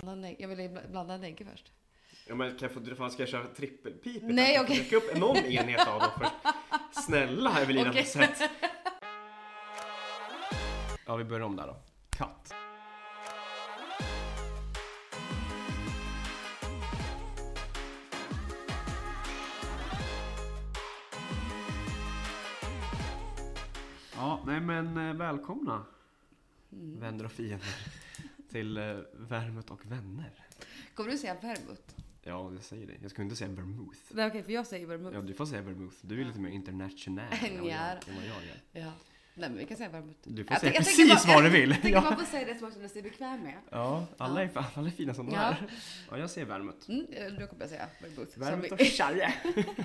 Jag vill blanda en ägg först. Ja, men ska jag köra trippelpipet? Nej, okej. Dricka upp någon enhet av dem först. Snälla Evelina på sätt. Ja, vi börjar om där då. Katt. Ja, nej men välkomna vänner och fiender till Värmut och vänner. Kommer du säga vermouth? Ja, jag säger det. Jag ska inte säga vermouth. Nej, okej, för jag säger vermouth. Ja, du får säga vermouth. Du är lite mer international än vad jag är. Ja. Nej, men vi kan säga vermouth. Du får säga precis vad du vill. Jag tänker man får säga det som man känner sig bekväm med. Ja, alla är fina som de är. Ja, jag säger vermouth. Då kommer jag säga vermouth. Vermouth och charre.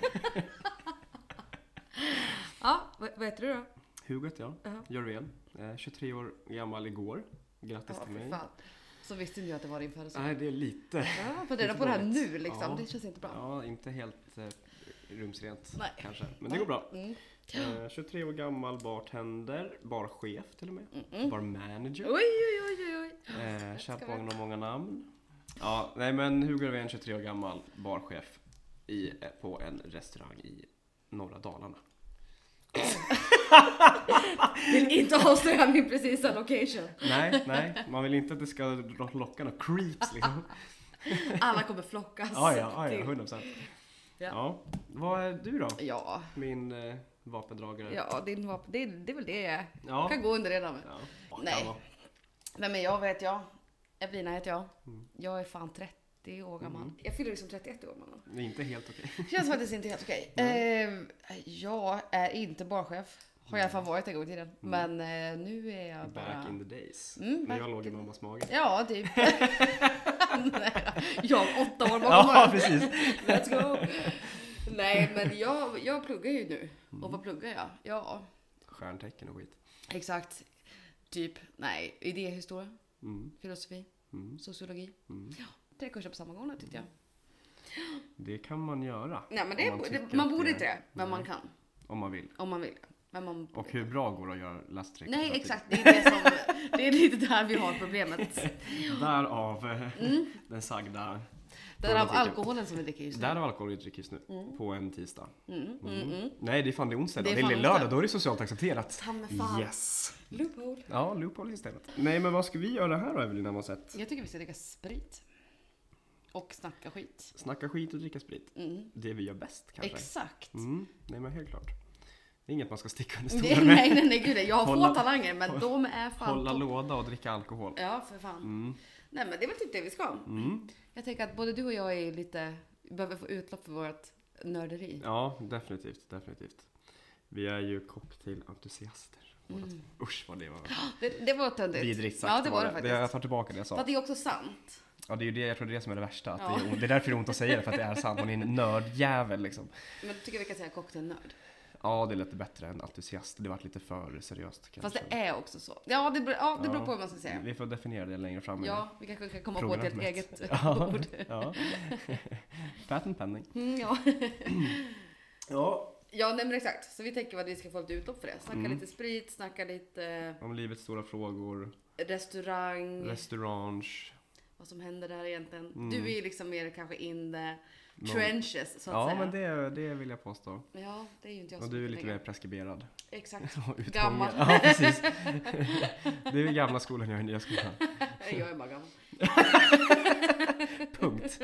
Ja, vad heter du då? Hugo heter jag. Jörgen. 23 år gammal igår. Grattis till mig. Fan. Så visste inte jag att det var din födelsedag. Nej, det är lite. Ja, för det är på det här nu liksom. Ja. Det känns inte bra. Ja, inte helt rumsrent. Nej. Kanske. Men det går bra. 23 år gammal, bartender, barchef till och med. Barmanager. Oj. Kärt många namn. Ja, nej men Hugo är en 23 år gammal barchef på en restaurang i norra Dalarna. Vill inte avslöja min precisa location. Nej, man vill inte att det ska locka några creeps liksom. Alla kommer flockas. Ja, 100%. Ja. Vad är du då? Ja. Min vapendragare. Ja, din vapen, det är väl det jag är. Ja. Kan gå under det namnet. Ja. Nej, men jag vet jag. Evelina heter jag. Jag är fan 30 år gammal. Jag fyller liksom 31 år gammal. Det är inte helt okej. Känns faktiskt inte helt okej. Jag är inte barchef. Har jag i alla fall varit en gång i tiden. Men nu är jag bara... Back in the days. När jag låg i mammas mage. Ja, typ. Jag 8 år bakom Ja, precis. Let's go. Nej, men jag pluggar ju nu. Och vad pluggar jag? Ja. Stjärntecken och skit. Exakt. Typ, idéhistoria. Filosofi. Sociologi. Ja, 3 kurser på samma gång tyckte jag. Det kan man göra. Nej, men man borde inte det. Men man kan. Om man vill. Men man och hur bra går det att göra laststräckor? Nej, exakt. Det är lite där vi har problemet. Därav den sagda... Därav alkoholen som vi dricker just nu. Därav alkohol vi dricker just nu. På en tisdag. Nej, det är fan det onsdag. Det är fan lördag, då är det socialt accepterat. Fan. Yes. Loophole. Ja, loophole systemet. Nej, men vad ska vi göra här då, Evelina Mossett? Jag tycker vi ska dricka sprit. Och snacka skit. Snacka skit och dricka sprit. Det vi gör bäst kanske. Exakt. Nej, men helt klart. Det är inget man ska sticka under stolen med. Nej, gud. Jag har få talanger, men de är fan hålla låda och dricka alkohol. Ja, för fan. Nej, men det är väl typ det vi ska. Jag tänker att både du och jag är behöver få utlopp för vårt nörderi. Ja, definitivt. Vi är ju cocktailentusiaster. Usch vad det var. Det var töntigt. Vidrigt sagt. Ja, det var det faktiskt. Jag tar tillbaka det jag sa. För det är också sant. Ja, det är ju det, jag tror det är det som är det värsta. Att det är därför det är ont att säga det, för att det är sant. Man är en nördjävel liksom. Men du tycker vi kan säga cocktailnörd? Ja, det är lite bättre än entusiast. Det var lite för seriöst kanske. Fast det är också så. Ja, det beror på vad man ska säga. Vi får definiera det längre fram. Ja, vi kanske kan komma på ett helt eget ord. Ja. Patent pending. Ja, nej men exakt. Så vi tänker att vi ska få lite utlopp för det. Snacka lite sprit, snacka lite... om livets stora frågor. Restaurang. Vad som händer där egentligen. Du är ju liksom mer kanske in the trenches, så att säga. Ja, men det vill jag påstå. Ja, det är ju inte jag och som du är lite mer preskriberad. Exakt. Gammal. Ja, precis. Det är gamla skolan, jag är nya skolan. Jag är bara gammal. Punkt.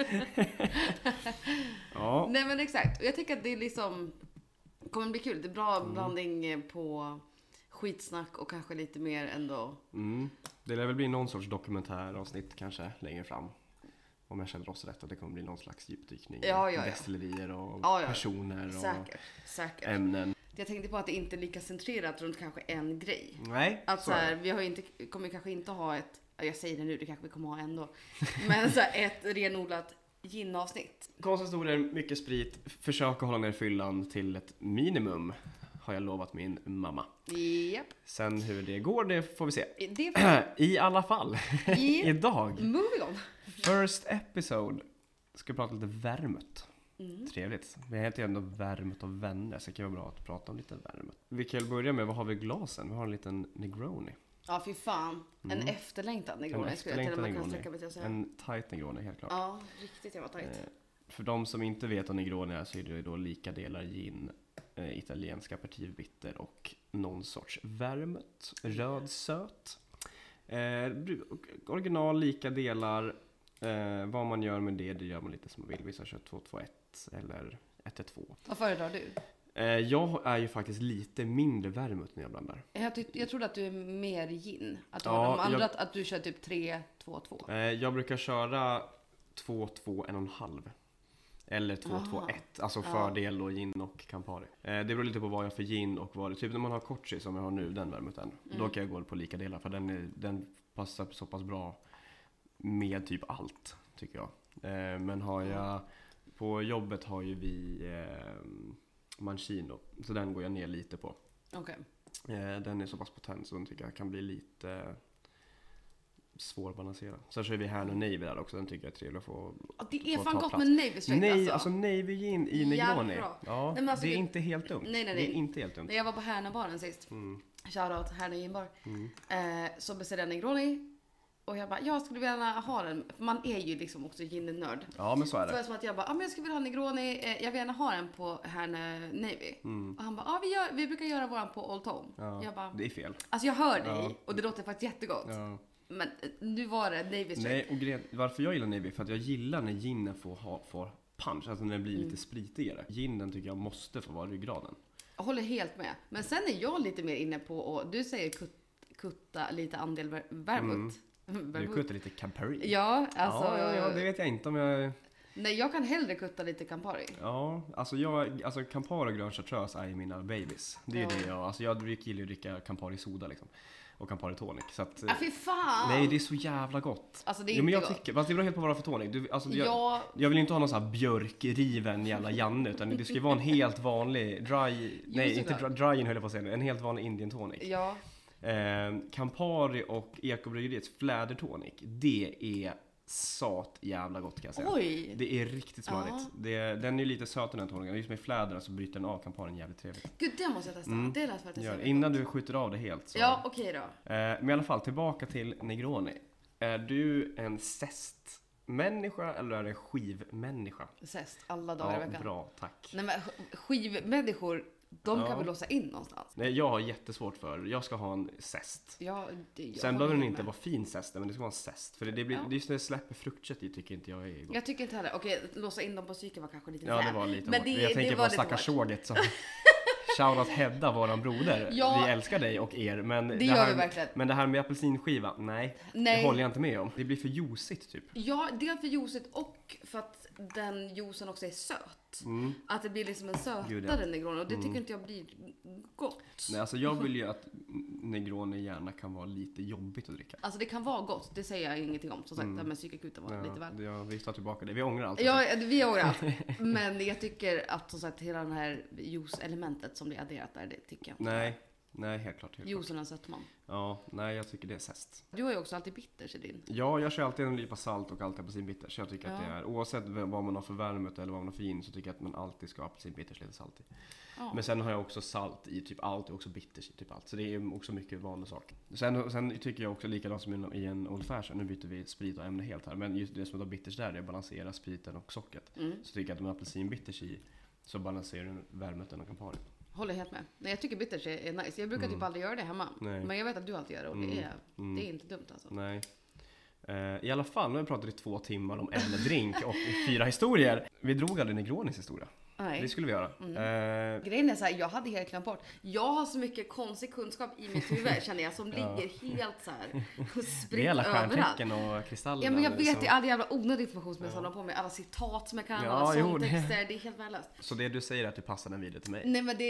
Ja. Nej, men exakt. Och jag tycker att det är liksom kommer bli kul. Det är bra blandning på skitsnack och kanske lite mer ändå. Det lär väl bli någon sorts dokumentäravsnitt kanske längre fram. Om jag känner oss rätt, att det kommer bli någon slags djupdykning. Destillerier och personer och säkert. ämnen. Jag tänkte på att det inte är lika centrerat runt kanske en grej. Nej, att så här, vi kommer kanske inte ha jag säger det nu, det kanske vi kommer ha ändå. Men så här, ett renodlat gin-avsnitt. Konsthistorier, mycket sprit. Försöka hålla ner fyllan till ett minimum, har jag lovat min mamma. Japp. Sen hur det går, det får vi se. I alla fall. Idag. Moving on. First episode. Ska vi prata lite värmut. Trevligt. Vi heter ju ändå värmut och vänner, så det kan vara bra att prata om lite värmut. Vi kan börja med, vad har vi i glasen? Vi har en liten Negroni. Ja, fy fan. En efterlängtad Negroni skulle jag till och med kunna sträcka mig till att säga. En tight Negroni, helt klart. Ja, riktigt jävla tight. För de som inte vet vad Negroni är så är det då lika delar gin, italienska aperitif bitter och någon sorts vermouth, röd söt. Original lika delar. Vad man gör med det gör man lite som man vill. Vissa kör 2-2-1 eller 1-2. Vad föredrar du? Jag är ju faktiskt lite mindre vermouth när jag blandar. Jag trodde att du är mer gin. Att du har de andra, att du kör typ 3-2-2. Jag brukar köra 2-2-1,5. Eller 2-2-1. Alltså fördel och gin och Campari. Det beror lite på vad jag för gin och vad det. Typ när man har kortsi som jag har nu, den vermouthen. Då kan jag gå på lika delar. För den passar så pass bra med typ allt, tycker jag. Men har jag... På jobbet har ju vi Mancino. Så den går jag ner lite på. Okej. Den är så pass potent så den tycker jag kan bli lite svårbalanserad. Sen kör vi här och Navy där också. Den tycker jag är trevlig att få. Det är fan gott med Navy straight alltså Navy gin i Negroni. Ja, nej, alltså, det är inte helt dumt. Nej. Det är inte helt dumt. När jag var på Härnabaren sist. Shoutout Härna ginbar. Så beställde jag Negroni. Och jag bara, jag skulle vilja ha den. Man är ju liksom också gin-nörd. Ja, men så är det. Så det var som att jag bara, men jag skulle vilja ha Negroni. Jag vill gärna ha den på Härna Navy. Och han bara, vi brukar göra våran på Old Tom. Ja, jag bara, det är fel. Alltså jag hör dig och det låter faktiskt jättegott. Ja. Men nu var det Navy straight. Nej, och varför jag gillar Navy? För att jag gillar när ginen får punch. Alltså när den blir lite spritigare. Ginen tycker jag måste få vara ryggraden. Jag håller helt med. Men sen är jag lite mer inne på, och du säger kutta lite andel vermouth. Du kuttar lite Campari. Ja, alltså... Ja, det vet jag inte om jag... Nej, jag kan hellre kutta lite Campari. Ja, alltså Campari och grön chartreuse är ju mina babies. Det är ju det jag... Alltså jag gillar ju att dricka Campari soda liksom. Och Campari tonic. Så att... Fy fan! Nej, det är så jävla gott. Alltså det är inte men jag gott. tycker... Fast det beror helt på vad det är för tonic. Jag vill inte ha någon sån här björkriven jävla Janne. Utan det ska ju vara en helt vanlig dry... Nej, inte dry in höll jag på att säga nu. En helt vanlig Indian tonic. Ja. Campari och Ekobryggeriets flädertonic, det är sat jävla gott kan jag säga. Oj. Det är riktigt smarrigt. Den är lite söt den här tonicen. Just med fläderna så bryter den av Camparin jävligt trevligt. Gud, det måste jag testa. Det lät faktiskt ja, innan du skjuter av det helt så. Ja, okej då. Men i alla fall tillbaka till Negroni. Är du en zestmänniska eller är du en skivmänniska? Zest alla dagar i veckan. Bra, tack. Nej, men skivmänniskor, de kan väl låsa in någonstans? Nej, jag har jättesvårt för. Jag ska ha en zest. Ja, sen behöver den inte vara fin zest, men det ska vara en zest. För det blir just när det släpper fruktkött i tycker inte jag är gott. Jag tycker inte heller. Okej, låsa in dem på psyken var kanske lite det var lite men hårt. Jag tänker på stackars såget som shoutout Hedda, våran broder. Vi älskar dig och er. Men det gör vi verkligen. Men det här med apelsinskiva, nej. Det håller jag inte med om. Det blir för juicigt typ. Ja, dels för juicigt och för att den juicen också är söt. Att det blir liksom en sötare Negroni. Och det tycker inte jag blir gott. Nej, alltså jag vill ju att Negroni gärna kan vara lite jobbigt att dricka. Alltså det kan vara gott, det säger jag ingenting om. Som sagt, det här med psykakuten var lite väl. Ja, vi tar tillbaka det. Vi ångrar allt. Ja, vi ångrar allt. Men jag tycker att som sagt, hela den här juice-elementet som det är adderat där, det tycker jag inte. Nej, helt klart. Juicen är sötman. Ja, nej jag tycker det är zest. Du har ju också alltid bitters i din. Ja, jag kör alltid en lipa salt och alltid apelsinbitters. Så jag tycker att det är, oavsett vad man har för vermouth eller vad man har för gin, så tycker jag att man alltid ska ha apelsinbitters lite salt i. Men sen har jag också salt i typ allt och också bitters i typ allt. Så det är också mycket vanlig sak. Sen tycker jag också likadant som i en old fashion. Nu byter vi sprit och ämne helt här. Men just det som är bitters där, det är att balansera spriten och sockret. Så tycker jag att med apelsinbitters i så balanserar du vermouthen och Campari. Håller helt med. Nej, jag tycker bitters är nice. Jag brukar typ aldrig göra det hemma. Nej. Men jag vet att du alltid gör det och det är inte dumt alltså. Nej. I alla fall, nu har vi pratat i 2 timmar om en drink och 4 historier. Vi drog aldrig Negronis historia. Nej. Det skulle vi göra. Grejen är så här, jag hade helt glömt bort. Jag har så mycket konstig kunskap i mitt huvud känner jag som ligger helt så här spritt överallt. Stjärntecken och kristaller. Ja, men jag vet ju all jävla onödig information som jag samlar på mig. Alla citat som jag kan, alla sångtexter. Det är helt värdelöst. Så det du säger är att du passar den vidare till mig? Nej, men det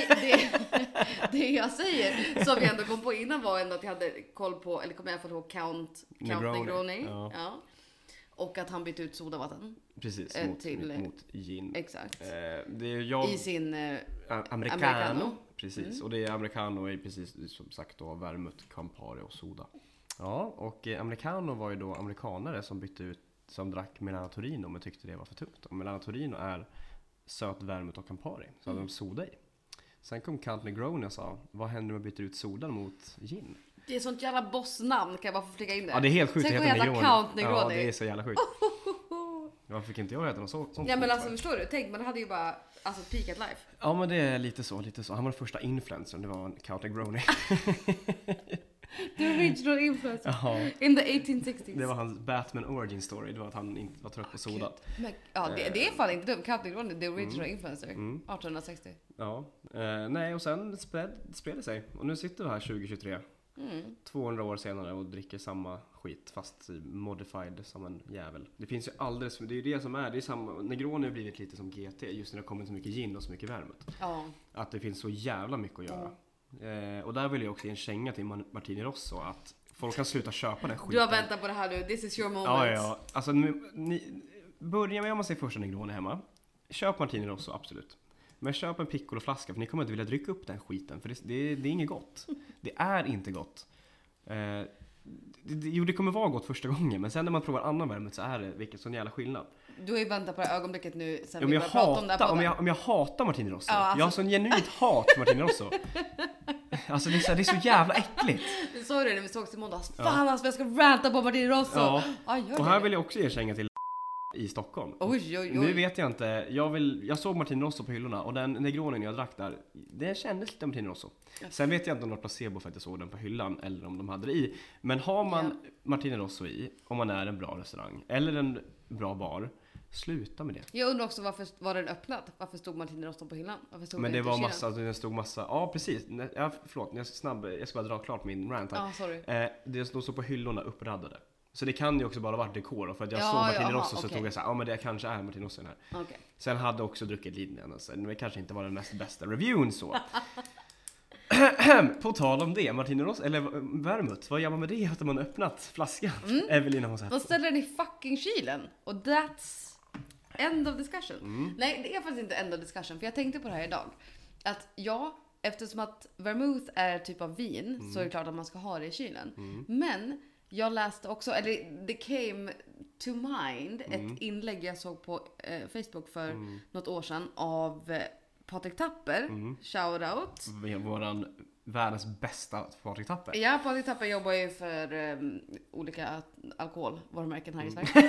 jag säger som jag ändå kom på innan var ändå att jag hade koll på, eller kommer jag få ihåg Count Negroni. Ja. Och att han bytte ut sodavatten. Precis, mot gin. Exakt. Det är jag, i sin americano. Precis, och det är americano är precis som sagt då vermouth, Campari och soda. Ja, och americano var ju då amerikanare som bytte ut, som drack Melano Torino men tyckte det var för tungt. Och Melano Torino är söt vermouth och Campari, så hade de soda i. Sen kom Count Negroni och sa, vad händer om man byter ut sodan mot gin? Det är sånt jävla bossnamn, kan jag bara få flika in det. Ja, det är helt sjukt. Sen går jag heta Count Negroni. Ja, det är så jävla sjukt. Varför fick inte jag heta något sånt? Ja, men alltså förstår du? Tänk, man hade ju bara peakat life. Ja, men det är lite så. Han var den första influencern, det var en Count Negroni. The original influencer. In the 1860s. Det var hans Batman origin story. Det var att han inte var trött på sodat. Men, det är fan inte dumt. Count Negroni, the original influencer. 1860. Ja. Nej, och sen spred det sig. Och nu sitter vi här 2023. 200 år senare och dricker samma skit fast modified som en jävel. Det finns ju alldeles, det är ju det som är, det är samma, Negroni har blivit lite som GT just när det kommer så mycket gin och så mycket vermouth. Ja. Att det finns så jävla mycket att göra. Och där vill jag också ge en känga till Martini Rosso att folk kan sluta köpa den skiten. Du har väntat på det här nu, this is your moment. Ja. Alltså börja med om man ser första Negroni hemma. Köp Martini Rosso, absolut. Men köp en Piccolo-flaska för ni kommer inte vilja drycka upp den skiten. För det är inget gott. Det är inte gott. Det kommer vara gott första gången. Men sen när man provar annan vermouth så är det vilken sån jävla skillnad. Du har ju väntat på det här ögonblicket nu sen vi började prata om det här på om jag hatar Martini Rosso. Ja, alltså. Jag har sån genuint hat för Martini Rosso. Alltså det är så jävla äckligt. Du sa det när vi sågs i måndags. Fan alltså, jag ska ranta på Martini Rosso. Ja. Och här vill jag också erkänna till i Stockholm. Oj. Nu vet jag inte. Jag såg Martini Rosso på hyllorna och den Negronin jag drack där, det kändes lite Martini Rosso. Sen vet jag inte om det var placebo för att jag såg den på hyllan eller om de hade det i. Men har man Martini Rosso i, om man är en bra restaurang eller en bra bar, sluta med det. Jag undrar också varför var den öppnad? Varför stod Martini Rosso på hyllan? Men det var massa, det stod massa, ja precis. Ja, förlåt, jag ska bara dra klart min rant här. Sorry. Det stod på hyllorna uppraddade. Så det kan ju också bara varit dekor. För att jag såg Martini Rosso så tog jag så här, men det kanske är Martini Rosso här. Okay. Sen hade också druckit Lidnen. Så det kanske inte var den mest bästa reviewen så. På tal om det, Martini Rosso, eller vermouth, vad gör man med det? Att man öppnat flaskan? Evelina har sagt. De ställer den i fucking kylen. Och that's end of discussion. Nej, det är faktiskt inte end of discussion. För jag tänkte på det här idag. Att eftersom att vermouth är typ av vin så är det klart att man ska ha det i kylen. Men jag läste också, eller det came to mind ett inlägg jag såg på Facebook för något år sedan av Patrik Tapper. Shout out. Våran världens bästa Patrik Tapper. Ja, Patrik Tapper jobbar ju för olika alkoholvarumärken här i Sverige.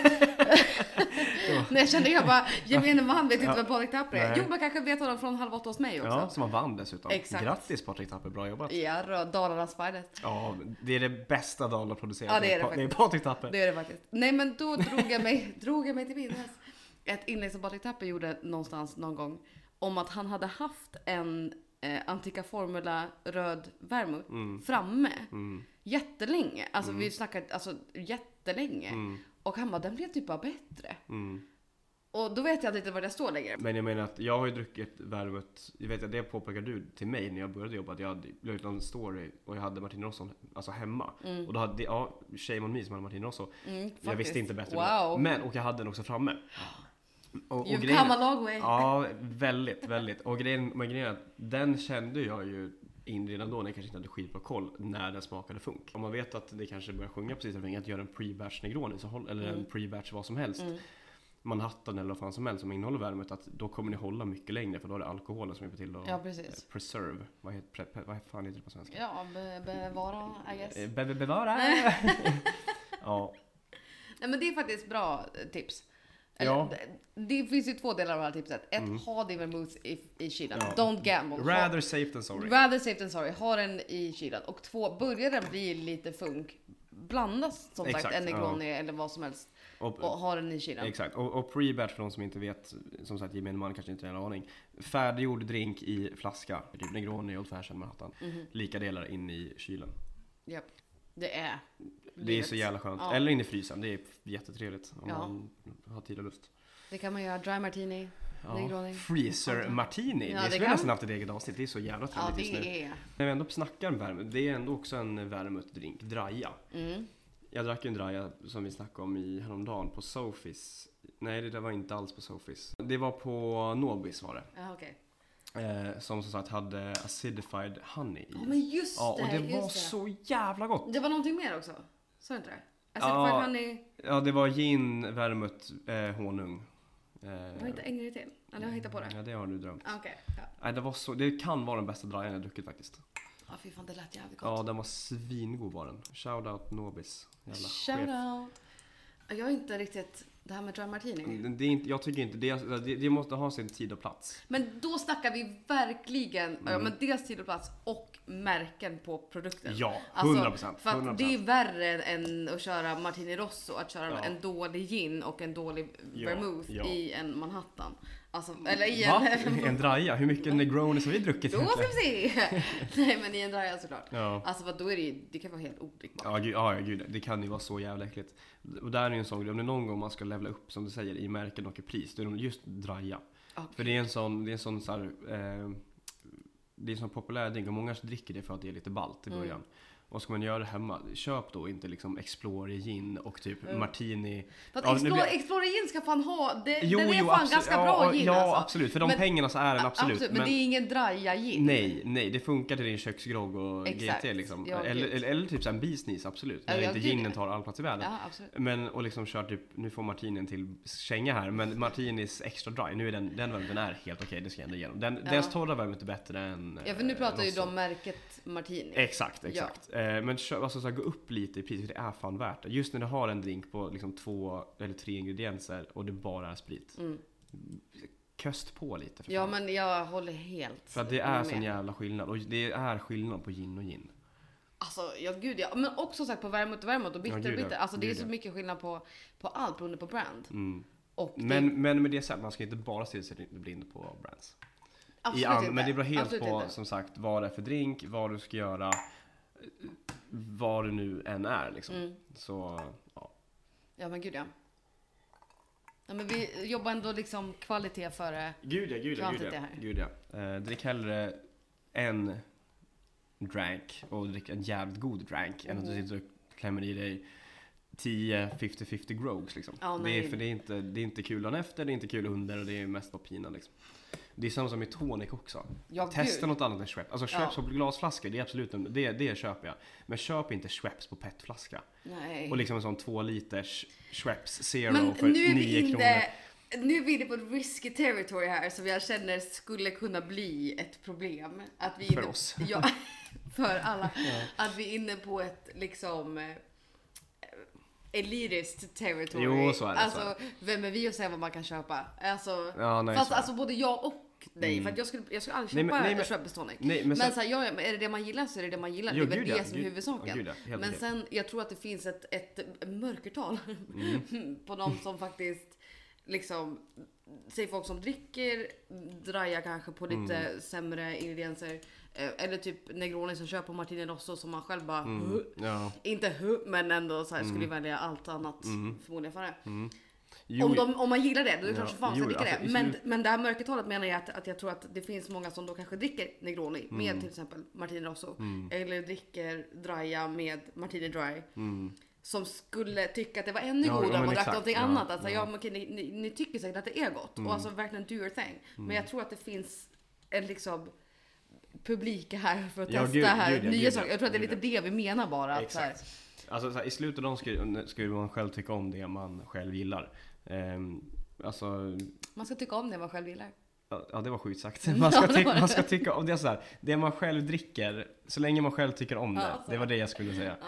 Nej, jag bara, gemene man vet inte vad Patrik Tapper är. Jo, man kanske vet honom från Halv 8 hos mig också. Ja, som han vann dessutom. Exakt. Grattis Patrik Tapper, bra jobbat. Ja, Dalarnas Finest. Ja, det är det bästa Dalarna producerar. Ja, det är det faktiskt. Det är Patrik Tapper. Det är det faktiskt. Nej, men då drog jag mig till minnes ett inlägg som Patrik Tapper gjorde någonstans någon gång om att han hade haft en Antica Formula röd vermouth framme jättelänge. Alltså vi snackar jättelänge. Och han bara, den blev typ bara bättre. Och då vet jag inte vad det står längre. Men jag menar att jag har ju druckit vermouth. Jag vet att det påpekade du till mig när jag började jobba. Att jag hade lagt en story och jag hade Martini Rosso alltså hemma. Och då hade shame on me som hade Martini Rosso. Jag visste inte bättre. Wow. Men, och jag hade den också framme. Och You've come a long way. Ja, väldigt. Och grejen är att den kände jag ju in redan då när jag kanske inte hade skitbra koll när den smakade funk. Om man vet att det kanske börjar sjunga precis efter att göra en pre-batch Negroni eller en pre-batch vad som helst. Manhattan eller vad fan som helst som innehåller värmet, att då kommer ni hålla mycket längre för då är det alkoholen som hjälper till att preserve. Vad fan heter det på svenska? Ja, bevara, I guess. Bevara! Ja. Nej, men det är faktiskt bra tips. Ja. Det finns ju två delar av det här tipset. Ett, ha din vermouth i kylen. Don't gamble. Rather safe than sorry. Rather safe than sorry. Ha den i kylen. Och två, börjar den bli lite funk, blandas som sagt en Negroni eller vad som helst. Och ha den i kylen. Exakt. Och pre-batch för de som inte vet, som sagt gemene man kanske inte har en aning. Färdiggjord drink i flaska. Typ Negroni, Old Fashioned, Manhattan. Lika delar in i kylen. Japp. Det är så jävla skönt. Ja. Eller in i frysen. Det är jättetrevligt om man har tid och lust. Det kan man göra. Dry martini. Negroni. Freezer martini. Det skulle nästan haft ett eget avsnitt. Det är så jävla trevligt just nu. När vi ändå snackar om vermouth. Det är ändå också en vermouth-drink. Draja. Jag drack en draja som vi snackade om häromdagen på Sofis. Nej, det var inte alls på Sofis. Det var på Nobis var det. Ja, okej. Som sagt hade acidified honey i. Men just det. Ja, och det var så jävla gott. Det var någonting mer också. Så inte det? Acidified honey. Ja, det var gin, vermouth, honung. Vad inte ängre till? Eller jag hittar på det. Ja, det har du drömt. Okej. Nej, det kan vara den bästa drajan jag druckit faktiskt. Ja, fy fan, det lät jävligt gott. Ja, den var svingod var den. Shoutout Nobis. Jävla Shoutout. Jag är inte riktigt... Det här med dry martini. Det är inte, jag tycker inte det måste ha sin tid och plats. Men då snackar vi verkligen men dels tid och plats och märken på produkten. Ja, 100%. Alltså, för att det är värre än att köra Martini Rosso, att köra en dålig gin och en dålig vermouth i en Manhattan. Alltså, eller i en draja? Hur mycket Negroni har vi druckit? Då ska vi se! Nej, men i en draja såklart. Ja. Alltså för då är det kan vara helt odrickbart. Ja, gud, det kan ju vara så jävla äckligt. Och där är ju en sån grej, om det är någon gång man ska levla upp, som du säger, i märken och i pris, då är de just draja. Okay. För det är en sån så här, det är en sån populär drink och många dricker det för att det är lite ballt i början. Och ska man göra det hemma, köp då inte liksom Explorer gin och typ Martini. För att Explorer gin ska fan ha, den är fan ganska bra gin. Ja, alltså. Absolut, för de pengarna så är den absolut. Men det är ingen draja gin. Nej, det funkar till din köksgrogg och GT liksom. Ja, eller typ så en business, absolut. När inte ginen tar all plats i världen. Ja, absolut. Men och liksom kör typ, nu får Martinin till känga här, men Martinis extra dry, nu är den är helt okej, det ska jag ändå ge dem. Dens torra värme är bättre än för nu pratar ju de märket Martini. Exakt. Ja. Men alltså så här, gå upp lite i pris, för det är fan värt det. Just när du har en drink på liksom 2 eller 3 ingredienser och det bara är sprit. Köst på lite. För fan. Men jag håller helt. För att det är sån jävla skillnad. Och det är skillnad på gin och gin. Alltså, gud ja. Men också sagt på vermouth och bitter. Alltså det är så mycket skillnad på allt beroende på brand. Och men med det sagt, man ska inte bara se sig blind på brands. Men det beror helt på, som sagt, vad det är för drink, vad du ska göra, vad det nu än är liksom. Så, ja. Ja, men gud ja. Ja, men vi jobbar ändå liksom kvalitet före. Gud ja. Drick hellre en drank och drick en jävligt god drank än att du sitter och klämmer i dig 10 50-50 grogs liksom. För det är inte kul dagen efter, det är inte kul under och det är mest på pinan liksom. Det är samma som med tonic också. Testa något annat än Schweppes. Alltså Schweppes på glasflaskor, det är absolut det köper jag. Men köp inte Schweppes på petflaska. Nej. Och liksom en sån 2 liters Schweppes Zero men för 9 kronor. Nu är vi inne på ett risky territory här som jag känner skulle kunna bli ett problem. Att vi för oss. Ja, för alla. Att vi är inne på ett liksom elitiskt territory. Jo, så är det. Alltså, vem är vi att säga vad man kan köpa? Alltså, nej, fast alltså både jag och dig, för att jag skulle aldrig köpa Schweppes tonic. Men så här, är det det man gillar så är det det man gillar. Det är väl det som är huvudsaken. Men sen, jag tror att det finns ett mörkertal på de som faktiskt liksom, säg folk som dricker draja kanske på lite sämre ingredienser. Eller typ Negroni som köper Martini Rosso som man själv bara inte men ändå så här, skulle välja allt annat förmodligen för det. Om man gillar det, då är det klart så fan ska dricka det. Men det här mörkertalet menar jag att jag tror att det finns många som då kanske dricker Negroni med till exempel Martini Rosso eller dricker draja med Martini Dry. Som skulle tycka att det var ännu godare om man drack någonting annat. Alltså, ni tycker säkert att det är gott och alltså verkligen do your thing. Men jag tror att det finns en liksom publik här för att testa nya saker. Jag tror att det är lite det vi menar bara. Att, så här. Alltså så här, i slutet av dagen ska man själv tycka om det man själv gillar. Alltså, man ska tycka om det man själv gillar. Ja, det var sjukt sagt. Man ska tycka om det så här. Det man själv dricker, så länge man själv tycker om det. Det var det jag skulle säga.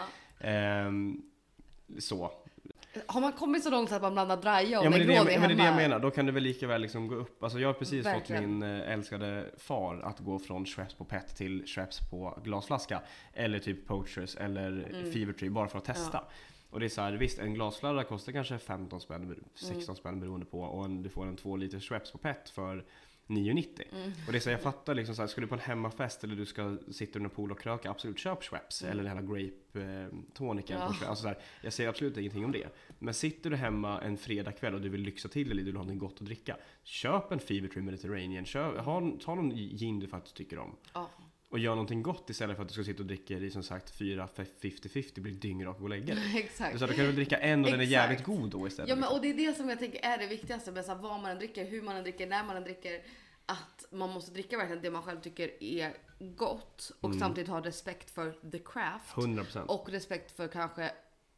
Så. Har man kommit så långt att man blandar draja och Negroni hemma? Men det är det jag menar. Då kan du väl lika väl liksom gå upp. Alltså jag har precis fått min älskade far att gå från Schweppes på pet till Schweppes på glasflaska. Eller typ Poachers eller Fever Tree bara för att testa. Och det är så här, visst, en glasflaska kostar kanske 15 spänn, 16 spänn beroende på. Och du får en 2 liters Schweppes på pet för 9,90. Och det är så jag fattar liksom så här, ska du på en hemmafest eller du ska sitta under pool och kröka, absolut köp Schweppes eller den här grape toniken. Alltså så här, jag säger absolut ingenting om det. Men sitter du hemma en fredagkväll och du vill lyxa till eller du vill ha något gott att dricka, köp en Fever Tree Mediterranean, ta någon gin du faktiskt tycker om. Och gör någonting gott istället för att du ska sitta och dricka i som sagt 4 50-50 blir dyngrak och gå och lägga dig. Exakt. Så då kan du dricka en och den är jävligt god då istället. Ja, men och det är det som jag tänker är det viktigaste med så här, vad man än dricker, hur man än dricker, när man än dricker, att man måste dricka verkligen det man själv tycker är gott och samtidigt ha respekt för the craft. 100%. Och respekt för kanske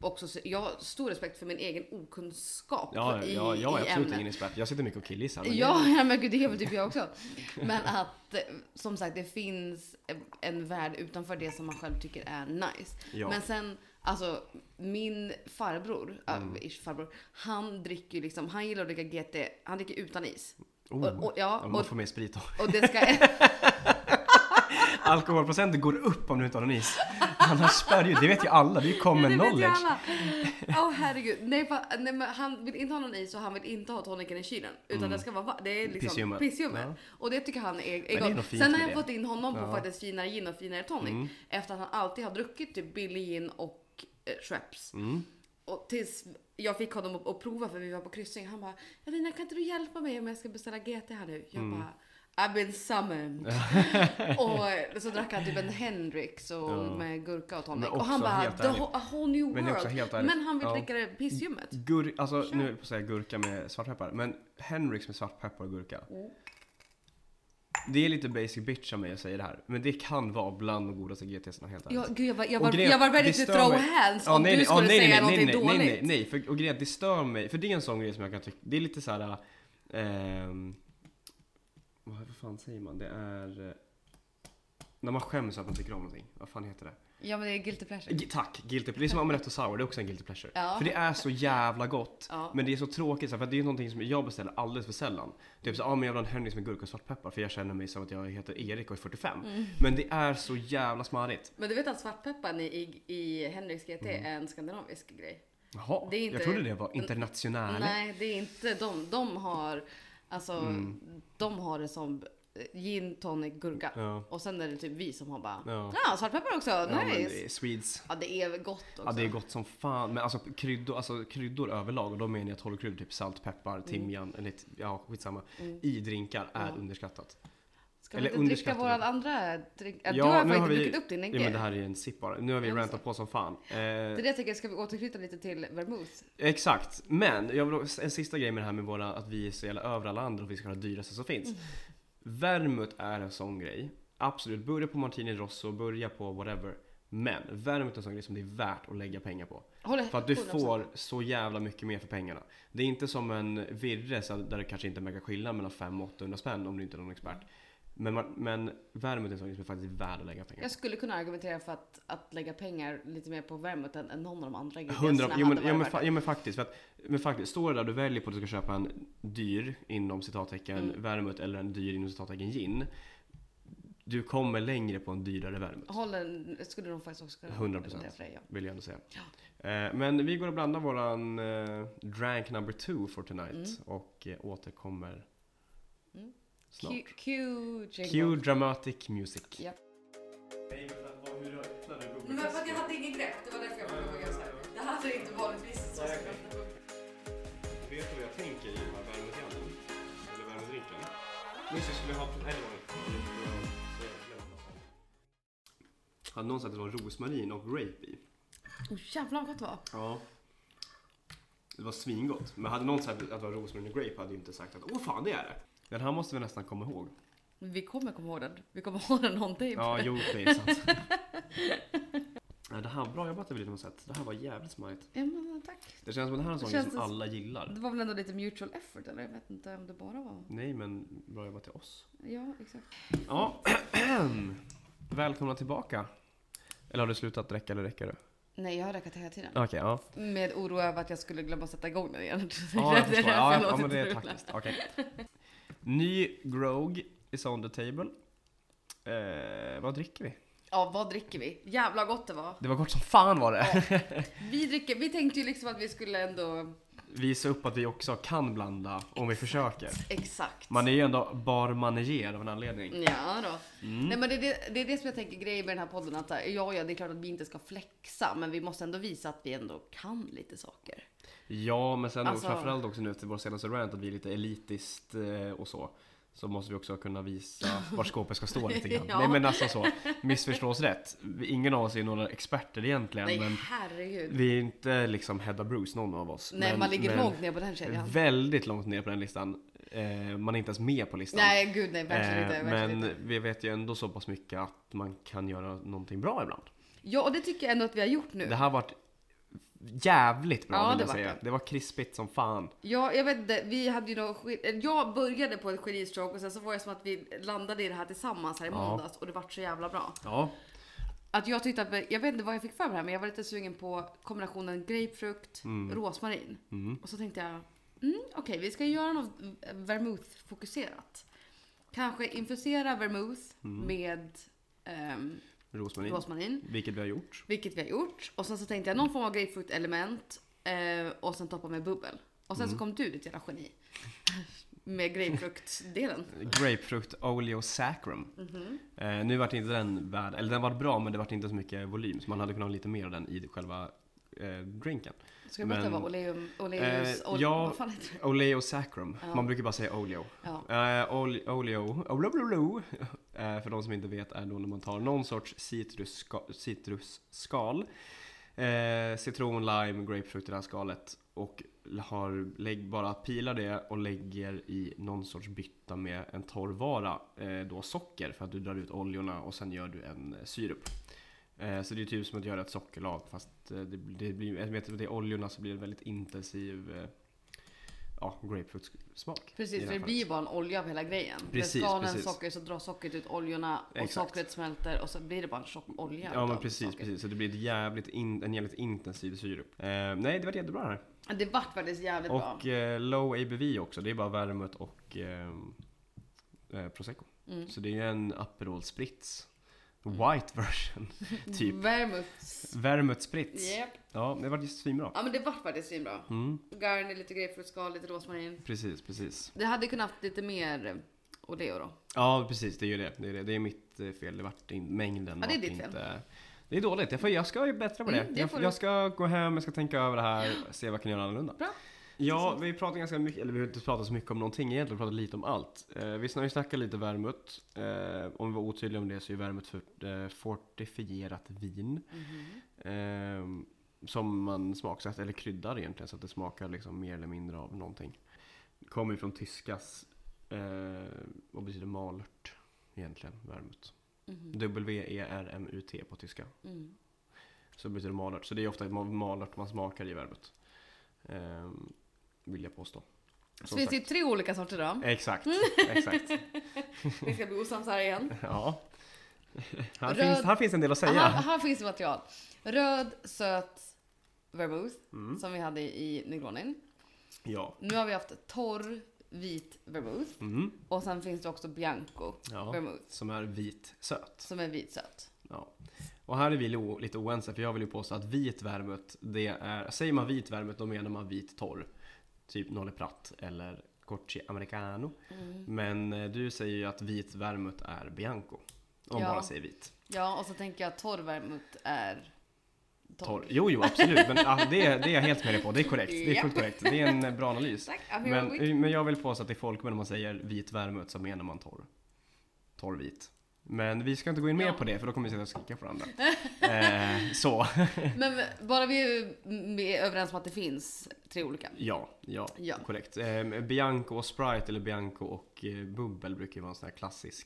också, jag har stor respekt för min egen okunskap Jag är absolut ämnet. ingen expert. Jag sitter mycket och killgissar. Ja, men gud, det är väl typ jag också. Men att, som sagt, det finns en värld utanför det som man själv tycker är nice. Ja. Men sen, alltså, min farbror, han dricker ju liksom, han gillar att dricka GT, han dricker utan is. Man får med sprit och det ska... Alkoholprocenten går upp om du inte har någon is. Annars spär ju, det vet ju alla, det är ju common knowledge. Herregud. Nej, men han vill inte ha någon is och han vill inte ha tonicen i kylen. Utan det ska vara, det är liksom pissljummet. Ja. Och det tycker han är gott. Sen har jag fått in honom på faktiskt finare gin och finare tonic. Efter att han alltid har druckit typ billig gin och Schweppes. Och tills jag fick honom att prova, för vi var på kryssning. Han bara, Lina, kan inte du hjälpa mig om jag ska beställa GT här nu? Jag bara, I've been summoned. Och så drack han typ en Hendrix och med gurka och tonic. Och han bara, a whole new world. Men han vill dricka det pissljummet. Alltså nu är jag på att säga gurka med svartpeppar. Men Hendrix med svartpeppar och gurka. Det är lite basic bitch av mig att säga det här. Men det kan vara bland de godaste GT:sna helt ärligt. Ja, gud, jag var ready to throw hands om du skulle säga någonting dåligt. Nej, för grejen, det stör mig. För det är en sån grej som jag kan tycka, det är lite så här. Vad fan säger man? Det är när man skäms att man tycker om någonting. Vad fan heter det? Ja, men det är guilty pleasure. Tack, guilty pleasure. Det är som amaretto sour, det är också en guilty pleasure. Ja. För det är så jävla gott. Ja. Men det är så tråkigt, för det är någonting som jag beställer alldeles för sällan. Typ så, men jag vill ha en Hendrix med gurka och svartpeppar, för jag känner mig som att jag heter Erik och är 45. Men det är så jävla smarrigt. Men du vet att svartpepparn i Hendrix GT är en skandinavisk grej. Jaha, det är inte, jag trodde det var internationellt. Nej, det är inte. De har, alltså, de har det som gin, tonic, gurka. Ja. Och sen är det typ vi som har bara, svartpeppar också, nice. Men det är Swedes. Ja, det är gott också. Ja, det är gott som fan. Men alltså kryddor överlag, och då menar jag 12 kryddor, typ salt, peppar, timjan, skitsamma. I drinkar är underskattat. Ska vi inte dricka våran andra drink? Ja, du har nu faktiskt har vi druckit upp din enkel. Ja, men det här är en sip bara. Nu har vi rantat på som fan. Det är det jag tycker, ska vi återknyta lite till vermouth? Exakt, men jag vill en sista grej med det här med att vi är så jävla över alla andra och vi ska ha det dyraste som finns. Vermouth är en sån grej. Absolut, börja på Martini Rosso, börja på whatever. Men vermouth är en sån grej som det är värt att lägga pengar på. För att du får så jävla mycket mer för pengarna. Det är inte som en virre där det kanske inte märker skillnad mellan 500 och 800 spänn om du inte är någon expert. Men vermouth är en sån grej som är faktiskt värd att lägga pengar på. Jag skulle kunna argumentera för att lägga pengar lite mer på vermouth än någon av de andra grejerna. Men faktiskt, står det där du väljer på att du ska köpa en dyr inom citattecken vermouth eller en dyr inom citattecken gin, du kommer längre på en dyrare vermouth. Skulle de faktiskt också kunna 100% vill jag ändå säga. Men vi går och blandar våran drank number 2 for tonight och återkommer snart. Cue dramatic music. Yep. Men för att jag hade ingen grepp, det var därför jag var på så här. Det hade inte vanligtvis så. Vet du vad jag tänker i den här värmedrinken? Eller värmedrinken? Nyss jag skulle ha... Hade någon sagt att det var rosmarin och grape i? Jävlar vad gott det var. Ja. Det var svingott. Men hade någon sagt att det var rosmarin och grape hade ju inte sagt att fan det är det. Den här måste vi nästan komma ihåg. Vi kommer komma ihåg den. Vi kommer ha den någonting. Ja, jo, det är sant. Det här var bra jobbat över lite sätt. Det här var jävligt smarrigt. Ja, men tack. Det känns som att det här är en sån som alla gillar. Det var väl ändå lite mutual effort, eller? Jag vet inte om det bara var... Nej, men bra jobbat till oss. Ja, exakt. Ja, välkomna tillbaka. Eller har du slutat dricka eller räcker du? Nej, jag har räckat hela tiden. Okej, ja. Med oro över att jag skulle glömma sätta igång den igen. Ja, jag förstår. Ja, men det är taktiskt. Okej. Ny grog is on the table. Vad dricker vi? Ja, vad dricker vi? Jävla gott det var. Det var gott som fan var det. Ja. Vi tänkte ju liksom att vi skulle ändå visa upp att vi också kan blanda om vi försöker. Exakt. Man är ju ändå barmanager av en anledning. Ja då. Nej, men det är det som jag tänker grejer med den här podden. Att ja, det är klart att vi inte ska flexa. Men vi måste ändå visa att vi ändå kan lite saker. Ja, men sen framförallt också nu till vår senaste rant att vi är lite elitiskt och så måste vi också kunna visa var skåpet ska stå lite grann. Nej, men alltså så, missförstås rätt. Ingen av oss är några experter egentligen. Nej, men herregud. Vi är inte liksom Hedda Bruce, någon av oss. Nej, man ligger långt ner på den kedjan. Väldigt långt ner på den listan. Man är inte ens med på listan. Nej, gud nej, verkligen inte. Men vi vet ju ändå så pass mycket att man kan göra någonting bra ibland. Ja, och det tycker jag ändå att vi har gjort nu. Det här har varit jävligt bra, Ja, vill det jag var säga. det. Det var krispigt som fan. Ja, jag vet inte, vi hade ju jag började på ett genistroke och sen så var det som att vi landade i det här tillsammans här i måndags och det var så jävla bra. Ja. Att jag tyckte att, jag vet inte vad jag fick för mig här, men jag var lite sugen på kombinationen grapefrukt, rosmarin. Och så tänkte jag, okej, vi ska göra något vermouth-fokuserat. Kanske infusera vermouth med rosmarin. Vilket vi har gjort. Och sen så tänkte jag någon form av grapefrukt-element och sen toppa med bubbel. Och sen så kom du, ditt jävla geni. Med grapefruktdelen. Grapefrukt Oleo Sacrum. Nu vart inte den värd, eller den var bra, men det vart inte så mycket volym, så man hade kunnat ha lite mer av den i själva drinken. Ska jag berätta vad vad fan heter det? Oleo Sacrum. Ja. Man brukar bara säga Oleo. Ja. Oleo för de som inte vet är då när man tar någon sorts citrusskal, citron, lime, grapefrukt i det här skalet och bara pilar det och lägger i någon sorts bytta med en torrvara, då socker, för att du drar ut oljorna och sen gör du en syrup. Så det är typ som att göra ett sockerlag, fast det blir, eftersom det är oljorna så blir det väldigt intensiv grapefruit-smak. Precis, för det blir bara en olja av hela grejen. Precis, precis. Socker, så drar sockret ut oljorna och exakt. Sockret smälter och så blir det bara en tjock olja. Ja, men precis. Så det blir en jävligt intensiv syrup. Nej, det var jättebra här. Det vart faktiskt jävligt bra. Och low ABV också, det är bara vermouth och prosecco. Så det är en Aperol Spritz. White version, typ. Vermouth Spritz. Yep. Ja, det var ju svinbra. Ja, men det var faktiskt svinbra. Garni, lite grapefruktskal, lite rosmarin. Precis. Det hade kunnat haft lite mer Oleo då. Ja, precis, det är ju det. Det är mitt fel, det vart mängden. Ja, det är ditt fel. Det är dåligt, jag ska ju bättra på det. Jag ska gå hem, jag ska tänka över det här, se vad jag kan göra annorlunda. Bra. Ja, vi pratar ganska mycket, eller vi har inte pratat så mycket om någonting egentligen, vi pratar lite om allt. Vi snackar lite vermouth. Om vi var otydliga om det så är vermouth för fortifierat vin. Som man smaksätter, eller kryddar egentligen, så att det smakar liksom mer eller mindre av någonting. Kommer från tyskas, vad betyder malört egentligen, vermouth? WERMUT på tyska. Så betyder det malört, så det är ofta malört man smakar i vermouth. Vill jag påstå. Så finns det ju 3 olika sorter då. Exakt. Vi ska bli osams här igen. Ja. Här finns en del att säga. Här finns det material. Röd, söt vermouth som vi hade i Negronin. Ja. Nu har vi haft torr, vit vermouth. Och sen finns det också bianco vermouth. Som är vit söt. Ja. Och här är vi lite oense, för jag vill ju påstå att vit vermouth, säger man vit vermouth då menar man vit torr. Typ Nolle Prat eller Corci Americano. Men du säger ju att vit vermouth är bianco. Om bara säger vit. Ja, och så tänker jag att torr vermouth är torr. Jo, absolut. Men det är jag helt med dig på. Det är korrekt. Det är fullt korrekt. Det är en bra analys. Men jag vill påstå att i folk, när man säger vit vermouth så menar man torr. Torr vit. Men vi ska inte gå in mer på det, för då kommer vi sitta och skrika på varandra. Så. Men bara vi är överens om att det finns 3 olika. Ja, korrekt. Bianco och Sprite, eller Bianco och bubbel brukar ju vara en sån här klassisk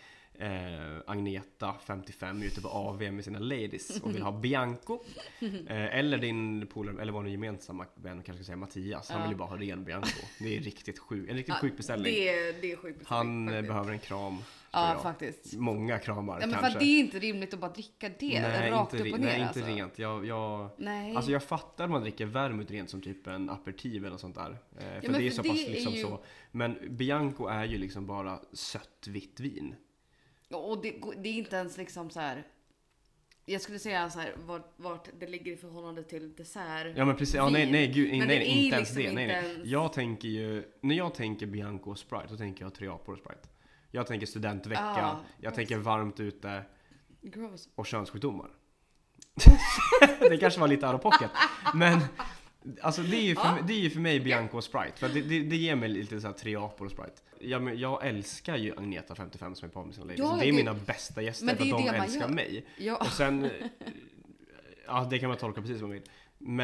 Agneta 55 ute på AV med sina ladies och vill ha Bianco. Eller din polare, eller var det gemensamma vän, kanske säga Mattias. Han vill ju bara ha ren Bianco. Det är riktigt sjuk beställning. Det är sjuk beställning. Han behöver en kram. Ja, faktiskt. Många kramar, men kanske. För det är inte rimligt att bara dricka det rakt upp och ner. Nej, inte rent. Alltså jag fattar att man dricker vermouth rent som typ en aperitif eller sånt där. För det är så pass liksom så. Men Bianco är ju liksom bara sött vitt vin. Och det är inte ens liksom så här. Jag skulle säga så här, vart det ligger i förhållande till dessert. Ja, men precis. Ja, nej, gud, nej, inte ens liksom det. Nej. Jag tänker ju, när jag tänker Bianco och Sprite, då tänker jag 3 apor och Sprite. Jag tänker studentvecka, jag tänker varmt ute och könssjukdomar. Det kanske var lite out of pocket. Men alltså det är ju för mig Bianco och Sprite. För det ger mig lite så här 3 apor och Sprite. Jag älskar ju Agneta 55 som är på med sina ladies. Det är mina bästa gäster, för att de älskar mig. Ja. Och sen, det kan man tolka precis som man vill.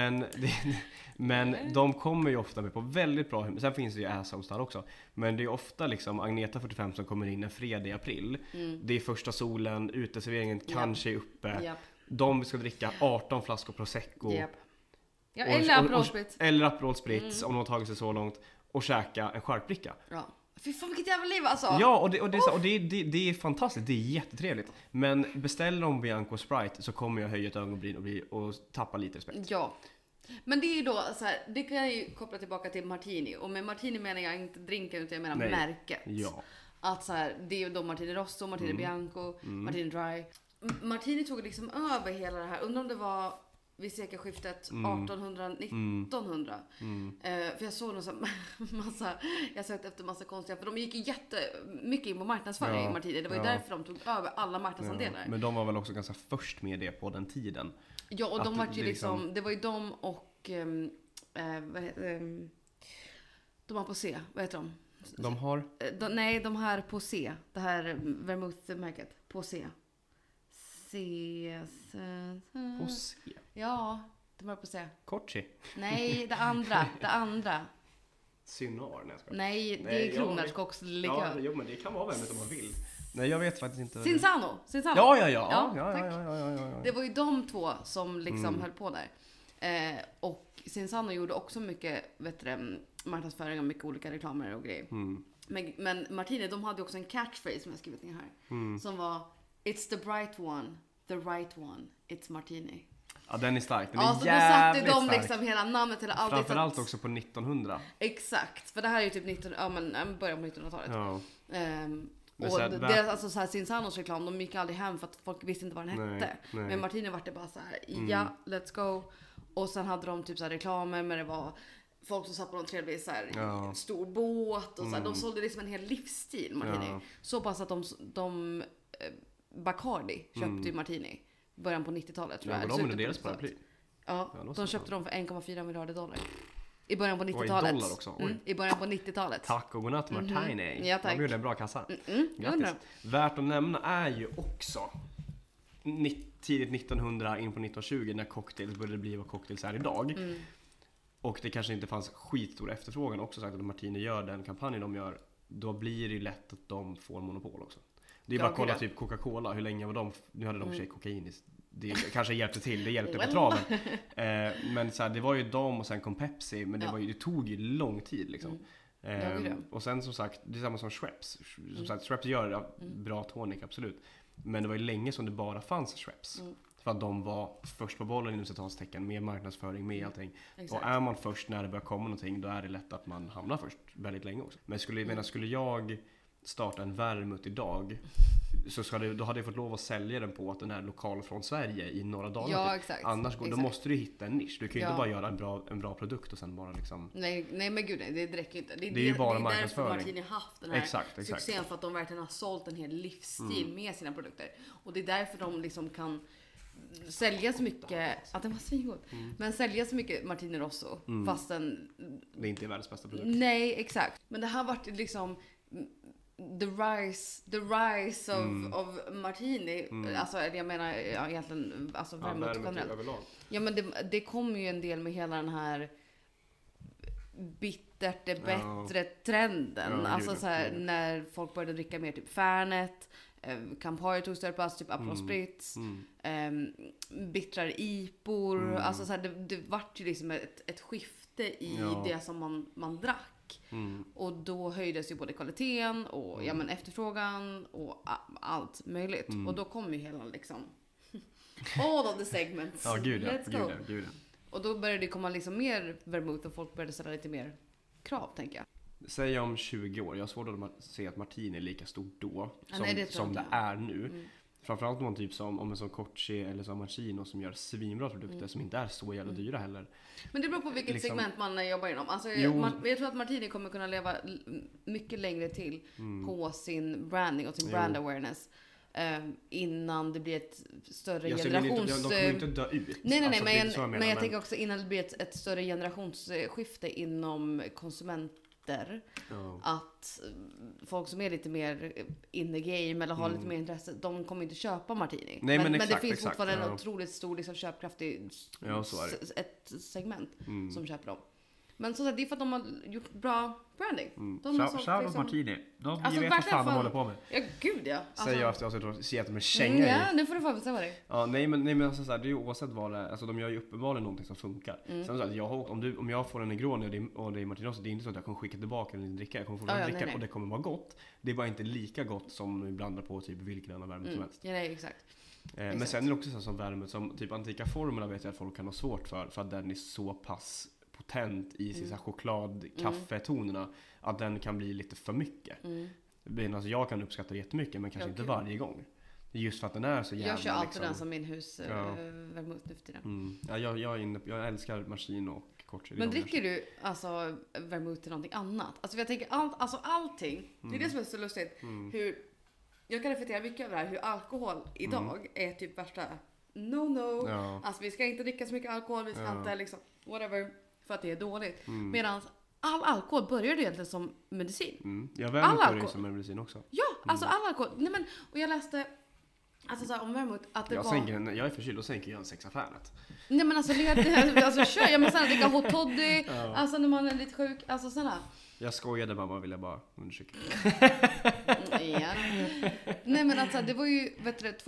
Men de kommer ju ofta med på väldigt bra humör. Sen finns det ju assholes också. Men det är ofta liksom Agneta 45 som kommer in en fredag i april. Det är första solen, uteserveringen kanske är uppe. De ska dricka 18 flaskor prosecco. Ja, eller Aperol Spritz. Eller Aperol Spritz om de har tagit sig så långt. Och käka en charkbricka. Ja. Fy fan vilket jävla liv alltså. Ja, och det är fantastiskt. Det är jättetrevligt. Men beställer de Bianco Sprite så kommer jag höja ett ögonbryn och tappa lite respekt. Ja. Men det är ju då så här, det kan jag ju koppla tillbaka till Martini. Och med Martini menar jag inte drinken utan jag menar märket. Ja. Att så här, det är ju då Martini Rosso, Martini Bianco, Martini Dry. Martini tog liksom över hela det här. Undrar om det var vid sekelskiftet 1800-1900. För jag såg massa, jag sökte efter massa konstiga, för de gick ju jättemycket in på marknadsföring i Martini. Det var ju därför de tog över alla marknadsandelar. Men de var väl också ganska först med det på den tiden. Ja, och de var ju liksom, det var ju de och de har på C, vad heter de? De har? De här på C, det här vermouth-märket, på C. På C? Ja, de har på C. Corci? Nej, det andra. Cynar? Nej, det är kronärtskockslikör. Ja, jo, men det kan vara vem om man vill. Nej, jag vet faktiskt inte. Cinzano. Ja. Det var ju de två som liksom höll på där. Och Cinzano gjorde också mycket marknadsföring och mycket olika reklamer och grejer. Men Martini, de hade också en catchphrase som jag skrivit ner här. Som var It's the bright one, the right one, it's Martini. Ja, den är stark. Den är så jävligt då satte de stark. liksom hela namnet eller allt. Framförallt också på 1900. Exakt, för det här är ju typ början på 1900-talet. Ja. Och det, alltså så här, Cinzanos reklam, de gick aldrig hem för att folk visste inte vad den hette. Nej. Men Martini var det bara så här, ja, let's go. Och sen hade de typ så här reklamer, men det var folk som satt på någon trevlig så här, stor båt och så här, de sålde liksom en hel livsstil Martini. Ja. Så pass att de Bacardi köpte ju Martini i början på 90-talet tror jag. Ja, de är deras paraply. Ja, de köpte dem för 1,4 miljarder dollar. I början på 90-talet. Och i dollar också. I början på 90-talet. Tack och godnatt Martini. Ja, tack. De gjorde en bra kassa. Grattis. Värt att nämna är ju också tidigt 1900 in på 1920 när cocktails började bli vad cocktails är idag. Och det kanske inte fanns skitstor efterfrågan också, sagt att Martini gör den kampanjen de gör, då blir det ju lätt att de får monopol också. Det är bara att kolla typ Coca-Cola, hur länge var de, nu hade de för sig kokain, det kanske hjälpte till, det hjälpte på traven. Men så här, det var ju de och sen kom Pepsi, men det tog ju lång tid liksom. Och sen som sagt, det är samma som Schweppes. Som sagt, Schweppes gör bra tonic, absolut. Men det var ju länge som det bara fanns Schweppes. För att de var först på bollen inom citatstecken med marknadsföring, med allting. Och är man först när det börjar komma någonting, då är det lätt att man hamnar först väldigt länge också. Men skulle jag starta en vermouth idag, så då hade jag fått lov att sälja den på att den är lokal från Sverige i några dagar. Ja, exakt. Annars då måste du hitta en nisch. Du kan ju inte bara göra en bra produkt och sen bara liksom... Nej men gud, det räcker inte. Det är ju bara det är därför Martini har haft den här exakt. succén, för att de verkligen har sålt en hel livsstil med sina produkter. Och det är därför de liksom kan sälja så mycket, att den var svingod. Men sälja så mycket Martini Rosso fastän det inte är världens bästa produkt. Nej, exakt. Men det här vart liksom the rise of Martini. Alltså jag menar egentligen alltså vermouth generellt. Ja, men det kommer ju en del med hela den här bittert är bättre trenden. Alltså så här, när folk började dricka mer typ Fernet, Campari tog större plats, typ Aperol Spritz, bittrare ipor. Alltså så här, det vart ju liksom ett skifte i det som man drack. Och då höjdes ju både kvaliteten och men efterfrågan och allt möjligt. Och då kom ju hela liksom all of the segments. Ja, gud ja. Let's Gud. Och då började det komma liksom mer vermouth och folk började ställa lite mer krav, tänker jag. Säg om 20 år, jag har svårt att se att Martini är lika stort då som det är nu. Framförallt någon typ som Corci eller som Marcino som gör svinbra produkter som inte är så jävla dyra heller. Men det beror på vilket liksom, segment man jobbar inom. Alltså, jag tror att Martini kommer kunna leva mycket längre till på sin branding och sin brand awareness. Innan det blir ett större generations... De kommer inte dö ut. Nej, alltså, men jag tänker också innan det blir ett större generationsskifte inom konsumenter. Att folk som är lite mer in the game eller har lite mer intresse, de kommer inte köpa Martini. Nej, men det finns fortfarande en otroligt stor liksom, köpkraftig så är det. ett segment som köper dem. Men så att det är för att de har gjort bra branding. Shoutout Martini. De Alltså, vet vad fan de håller på med. Ja, gud ja. Alltså, Säger jag efter att jag ser att de är känga ja, nu får du bestämma dig. Ja, nej men alltså, så här, det är ju oavsett vad det är. Alltså de gör ju uppenbarligen någonting som funkar. Sen så att om jag får en Negroni och det är Martini, det är inte så att jag kommer skicka tillbaka en dricka. Jag kommer få dricka och det kommer vara gott. Det är bara inte lika gott som vi blandar på typ vilken annan värme som helst. Ja, nej, exakt. Men sen är det också så som värme som typ antika formula vet jag att folk kan ha svårt för att den är så pass potent i sina choklad-kaffetonerna att den kan bli lite för mycket. Alltså jag kan uppskatta det jättemycket men kanske inte varje gång. Det är just för att den är så jävla... Jag kör alltid liksom, den som min husvermouth nu för tiden. Ja, jag älskar Machine och Corcho. Men dricker du alltså vermouth till någonting annat? Alltså jag tänker allting. Det är det som är så lustigt. Hur jag kan reflektera mycket över det här. Hur alkohol idag är typ värsta no. Ja. Alltså vi ska inte dricka så mycket alkohol. Vi ska inte liksom whatever. För att det är dåligt. Medan all alkohol började egentligen som medicin. Jag vermouth började som medicin också. Ja, alltså all alkohol. Nej, men, och jag läste alltså, så här, om vermouth att det jag är förkyld och sänker jag en 6 affäret. Nej men alltså, kör. Jag måste dricka hot toddy. Alltså när man är lite sjuk. Alltså sådana. Jag skojade mamma, vill jag bara undersöka. Ja. Nej men alltså det var ju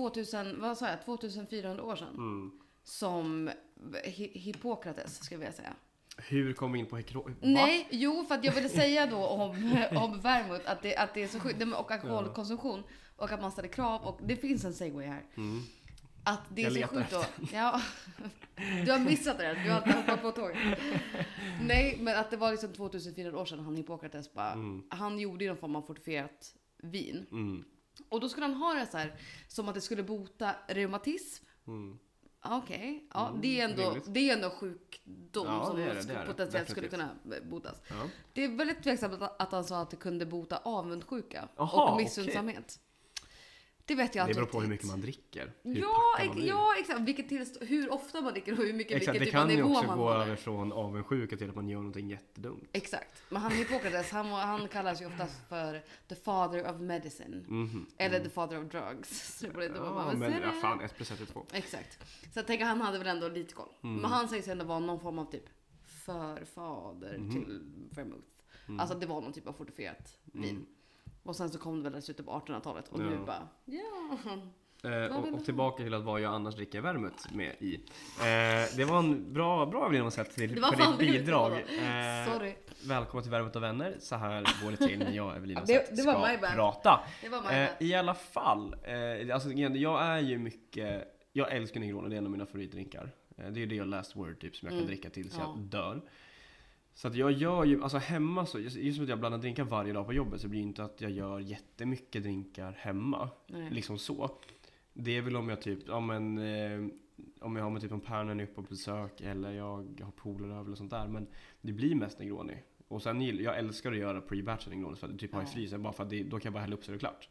2400 år sedan som Hippokrates skulle jag säga. Hur kom vi in på Nej, jo för att jag ville säga då om vermouth att det är så sjukt och alkoholkonsumtion och att man ställer krav och det finns en segway här. Att det är så sjukt då. Ja. Du har missat det. Du har inte hoppat på tåg. Nej, men att det var liksom 2400 år sedan han Hippokrates bara han gjorde ju någon form av fortifierat vin. Och då skulle han ha det så här som att det skulle bota reumatism. Okej. Ja, det är ändå sjukdom som potentiellt skulle kunna botas. Ja. Det är väldigt tveksamt att han sa att det kunde bota avundsjuka och missundsamhet. Okay. Det vet jag inte. Det beror på hur mycket man dricker. Ja, exakt. Hur ofta man dricker och hur mycket exakt, vilken typ av nivå man har. Det kan ju också gå över från avundsjuka till att man gör någonting jättedumt. Exakt. Men han Hippokrates, han kallas ju oftast för the father of medicine. Eller the father of drugs. Fan, 1 + 1 är 2. Exakt. Så jag tänker han hade väl ändå lite koll. Men han sägs ändå vara någon form av typ förfader till vermouth. Alltså det var någon typ av fortifierat vin. Och sen så kom det väl i slutet på 1800-talet. Och nu bara, och tillbaka till att vad jag annars dricker vermouth med i. Det var en bra vill man säga för ditt bidrag. Sorry. Välkommen till Vermouth och vänner. Så här går det till när jag och Evelina det var ska prata. I alla fall. Alltså, jag är ju mycket... Jag älskar Negroni, det är en av mina favoritdrinkar. Det är ju det last word typ som jag kan dricka tills jag dör. Så att jag gör ju, alltså hemma så, just som att jag blandar drinkar varje dag på jobbet så blir det inte att jag gör jättemycket drinkar hemma. Nej. Liksom så. Det är väl om jag typ, om jag har med typ en pärnen upp på besök eller jag har pooler över och sånt där. Men det blir mest Negroni. Och sen jag älskar att göra pre-batch Negroni för att typ ha i frysen bara för att då kan jag bara hälla upp så är det klart.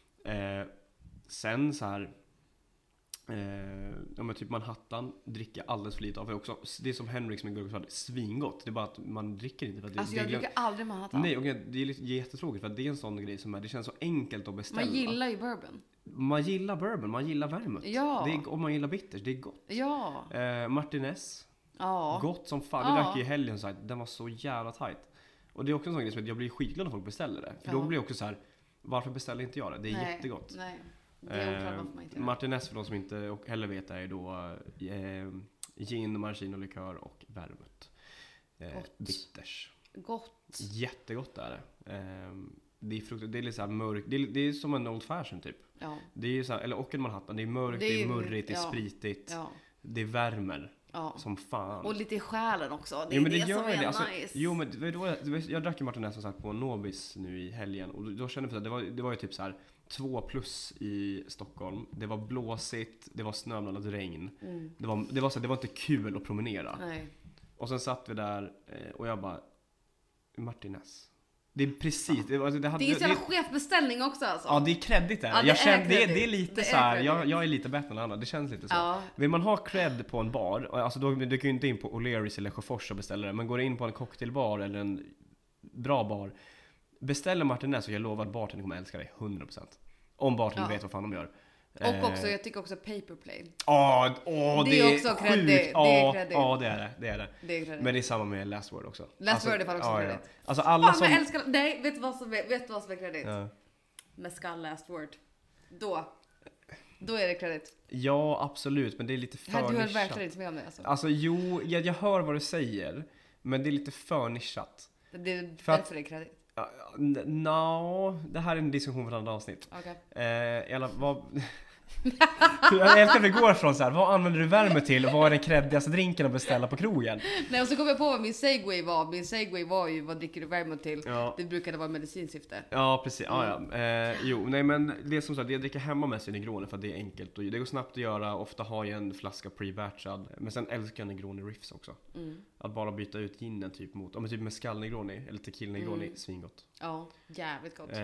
Sen så här... om jag typ Manhattan dricker alldeles för lite av. Också, det är som Henrik som en gurka sa, svingott. Det är bara att man dricker inte för att alltså jag dricker aldrig Manhattan. Nej, och det är lite jättetråkigt för att det är en sån grej som det känns så enkelt att beställa. Man gillar ju bourbon. Man gillar bourbon, man gillar vermouth. Ja. Och man gillar bitters, det är gott. Ja. Martinez. Ja. Gott som fan. Det drack ju i helgen så här, den var så jävla tight. Och det är också en sån grej som att jag blir skitglad när folk beställer det. För då blir jag också så här, varför beställer inte jag det? Det är jättegott. Nej. Martinez för de som inte heller vet är ju då gin, maraschino, likör och vermouth. Bitters. Gott. Jättegott är det. Det är lite så här mörkt. Det är som en old fashion typ. Ja. Det är ju så här, eller och en Manhattan. Det är mörkt, det är murrigt, det är spritigt. Ja. Det värmer. Ja. Som fan. Och lite i själen också. Det är det som är alltså, nice. Jo men jag drack ju Martinez som sagt på Nobis nu i helgen. Och då kände jag att det var ju typ så här 2+ i Stockholm. Det var blåsigt, det var snöblandat regn. Det var inte kul att promenera. Nej. Och sen satt vi där och jag bara Martinez. Det är precis det är så jävla chefbeställning också alltså. Ja, det är kreddigt där. Ja, det är lite så här. Jag är lite bättre än andra. Det känns lite så. Ja. Vill man ha cred på en bar, alltså då du kan ju inte in på O'Learys eller Chauffeurs och beställa det, men går in på en cocktailbar eller en bra bar, beställer Martinez och jag lovar att bartendern kommer älska dig 100%. Om bartendern vet vad fan de gör. Och också, jag tycker också Paper Plane. Det är också sjukt. credit. Ja, det är det. Det är credit. Men det är samma med Last Word också. Last Word är fan också credit. Alltså alla fan, som... jag älskar... Nej, vet du vad som är credit? Ja. Mescal Last Word. Då är det credit. Ja, absolut, men det är lite för Du hör nischat. verkligen inte med om det alltså. Alltså jo, jag hör vad du säger, men det är lite för nischat. Det är för att- därför det är credit. Det här är en diskussion för ett annat avsnitt. Okej. Jag älskar att vi går från så här, vad använder du värme till och vad är den kreddigaste drinken att beställa på krogen? Nej, och så kom jag på vad min segway var. Min segway var ju, vad dricker du värme till? Ja. Det brukade vara medicinsyfte. Ja, precis. Men det som sagt, jag dricker hemma med sin Negroni för att det är enkelt och det går snabbt att göra. Ofta har jag en flaska pre-batchad, men sen älskar jag Negroni Riffs också. Att bara byta ut ginen typ mot, typ mescal Negroni eller tequila Negroni, svingott. Ja, jävligt gott.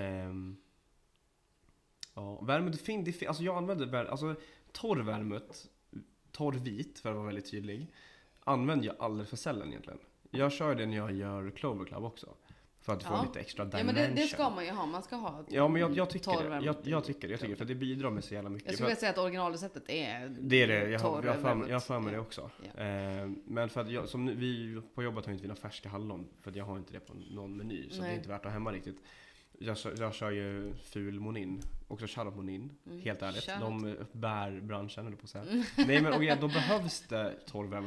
Ja, värmet alltså jag använder torr värmet, torr vit för att vara väldigt tydlig, använder jag alldeles för sällan egentligen. Jag kör det när jag gör Clover Club också. För att få lite extra dimension. Ja, men det ska man ju ha. Man ska ha. Ja, men jag tycker torr det. värme. Jag tycker det, för det bidrar med så jävla mycket. Jag skulle vilja säga att originalreceptet är det är det. Jag torr har för mig det också. Ja. Men för att vi på jobbet har inte några färska hallon, för att jag har inte det på någon meny, så det är inte värt att ha hemma riktigt. Jag kör ju ful Monin, också shoutout Monin, helt ärligt. De bär branschen, eller på att säga. Nej, men då behövs det torrvärme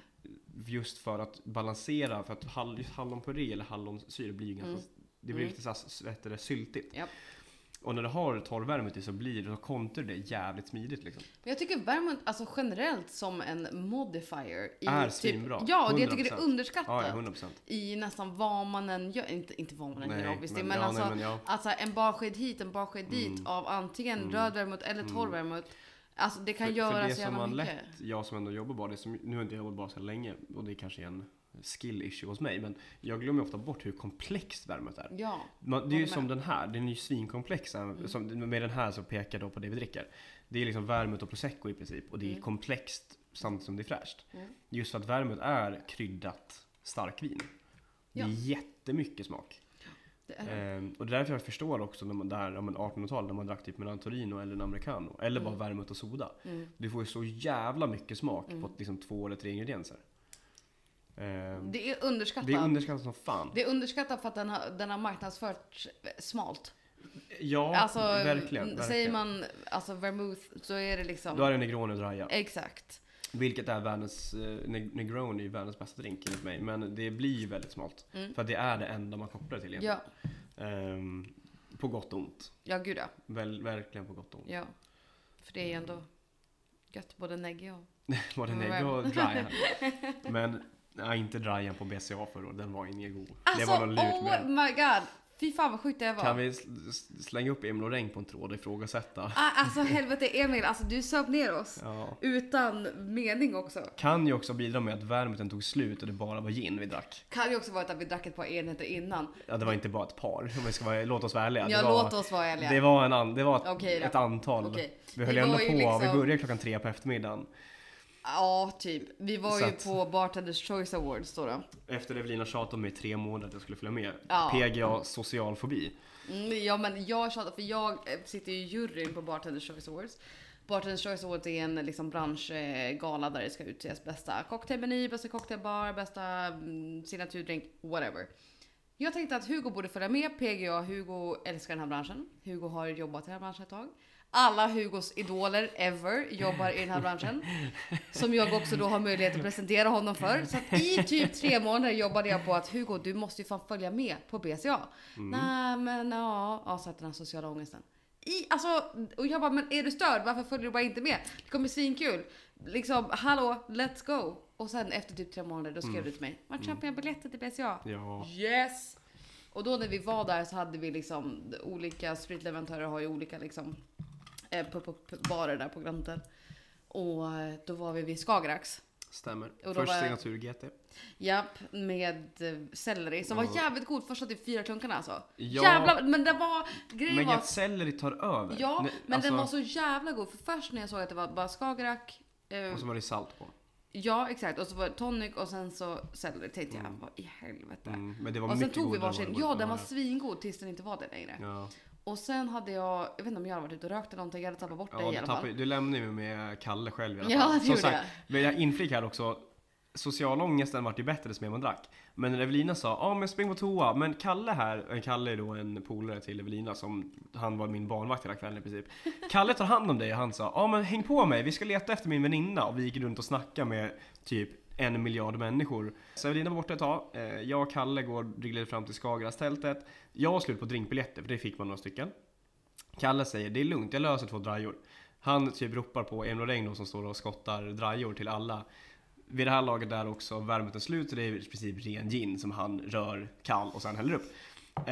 för att balansera, för att hallonpuré eller hallonsyra blir ju ganska, det blir lite så här syltigt. Yep. Och när du har torrvärme till så kontrar det jävligt smidigt liksom. Men jag tycker värmen, alltså generellt som en modifier är svinbra. Ja, och det jag tycker det är underskattat. Ja, 100%. I nästan vad man än gör, inte vad man än gör obviously, men alltså en barsked hit, en barsked dit av antingen rödvärmut eller torrvärmut. Alltså det kan göra så jävla mycket. Jag som ändå jobbar bara, nu har inte jag jobbat bara så länge och det är kanske en skill issue hos mig, men jag glömmer ofta bort hur komplext värmet är. Ja, det är ju som den här, den är ju svinkomplex. Med den här så pekar jag då på det vi dricker. Det är liksom värmet och prosecco i princip, och det är komplext samtidigt som det är fräscht. Just för att värmet är kryddat starkvin. Det är jättemycket smak. Det är. Och det är därför jag förstår också när man där 1800-talet när man drack typ en Torino eller en americano eller bara värmet och soda. Du får ju så jävla mycket smak på liksom 2 eller 3 ingredienser. Det är underskattat. Det är underskattat som fan. Det är underskattat för att den har marknadsförts smalt. Ja, alltså, verkligen. Säger man alltså vermouth så är det liksom. Då är det Negroni och Draja. Exakt. Vilket är världens Negroni är världens bästa drink enligt mig, men det blir ju väldigt smalt för att det är det enda man kopplar till egentligen. Ja. På gott och ont. Ja, gud ja. Verkligen på gott och ont. Ja. För det är ju ändå gött både negg och både negg och Draja. Men nej, inte Drajan på BCA förra året, den var ingen god. Alltså, det var någon lurt med den. My god. Fy fan vad sjukt det var. Kan vi slänga upp Emil och Reng på en tråd och ifrågasätta? Alltså helvete Emil, alltså du söp ner oss. Ja. Utan mening också. Kan ju också bidra med att värmeten tog slut och det bara var gin vi drack. Kan ju också vara att vi drack ett par enheter innan. Ja, det var inte bara ett par. Om vi ska låt oss vara ärliga. Ja, låt oss vara ärliga. Det var ett antal. Okay. Vi höll ändå på, liksom. Vi började 3:00 på eftermiddagen. Ja, typ. Vi var ju på Bartenders Choice Awards då. Efter Evelina tjatade mig i 3 månader att jag skulle följa med. Ja. PGA social fobi. Ja, men jag tjatade, för jag sitter ju i juryn på Bartenders Choice Awards. Bartenders Choice Awards är en liksom branschgala där det ska utses bästa cocktailmeny, bästa cocktailbar, bästa signaturdrink, whatever. Jag tänkte att Hugo borde följa med. PGA, Hugo älskar den här branschen. Hugo har jobbat i den här branschen ett tag. Alla Hugos idoler ever jobbar i den här branschen. Som jag också då har möjlighet att presentera honom för. Så att i typ 3 månader jobbade jag på att Hugo, du måste ju fan följa med på BCA. Nej men ja, så att den här sociala ångesten. Och jag bara, men är du störd? Varför följer du bara inte med? Det kommer svinkul. Liksom, hallå, let's go. Och sen efter typ 3 månader, då skrev du till mig. Man köper jag biljetter till BCA? Ja. Yes! Och då när vi var där så hade vi liksom olika streetleverantörer har ju olika liksom pop-up-barer där på Granten. Och då var vi vid Skagerraks. Stämmer. Först signatur GT. Japp, med selleri. Som var jävligt god första typ 4 klunkarna alltså. Ja. Jävla, men det var Men att selleri tar över. Ja, men den var så jävla god. För först när jag såg att det var bara Skagerak. Och så var det salt på. Ja, exakt. Och så var det tonic och sen så celery. Tänkte jag, vad i helvete. Men det var och sen mycket tog vi godare varsin. än vad det Ja, var. den var svingod tills den inte var det längre. Ja. Och sen hade jag vet inte om jag hade varit ute och rökt eller någonting. Jag hade tappat bort det i alla fall. Du lämnade mig med Kalle själv i alla Ja, fall. det Som gjorde sagt, men jag inflikar här också. Social ångesten vart ju bättre desto mer man drack. Men när Evelina sa, men spring på toa. Men Kalle här, Kalle är då en polare till Evelina som, han var min barnvakt hela kvällen i princip. Kalle tar hand om dig och han sa, men häng på mig, vi ska leta efter min väninna. Och vi gick runt och snackade med typ 1 miljard människor. Så Evelina var borta ett tag. Jag och Kalle driglade fram till Skagerrastältet. Jag har slut på drinkbiljetter, för det fick man några stycken. Kalle säger, det är lugnt, jag löser 2 drajor. Han typ ropar på Emil och Regno som står och skottar drajor till alla. Vid det här laget där också värmet är slut, så det är i princip ren gin som han rör kall och sen häller upp.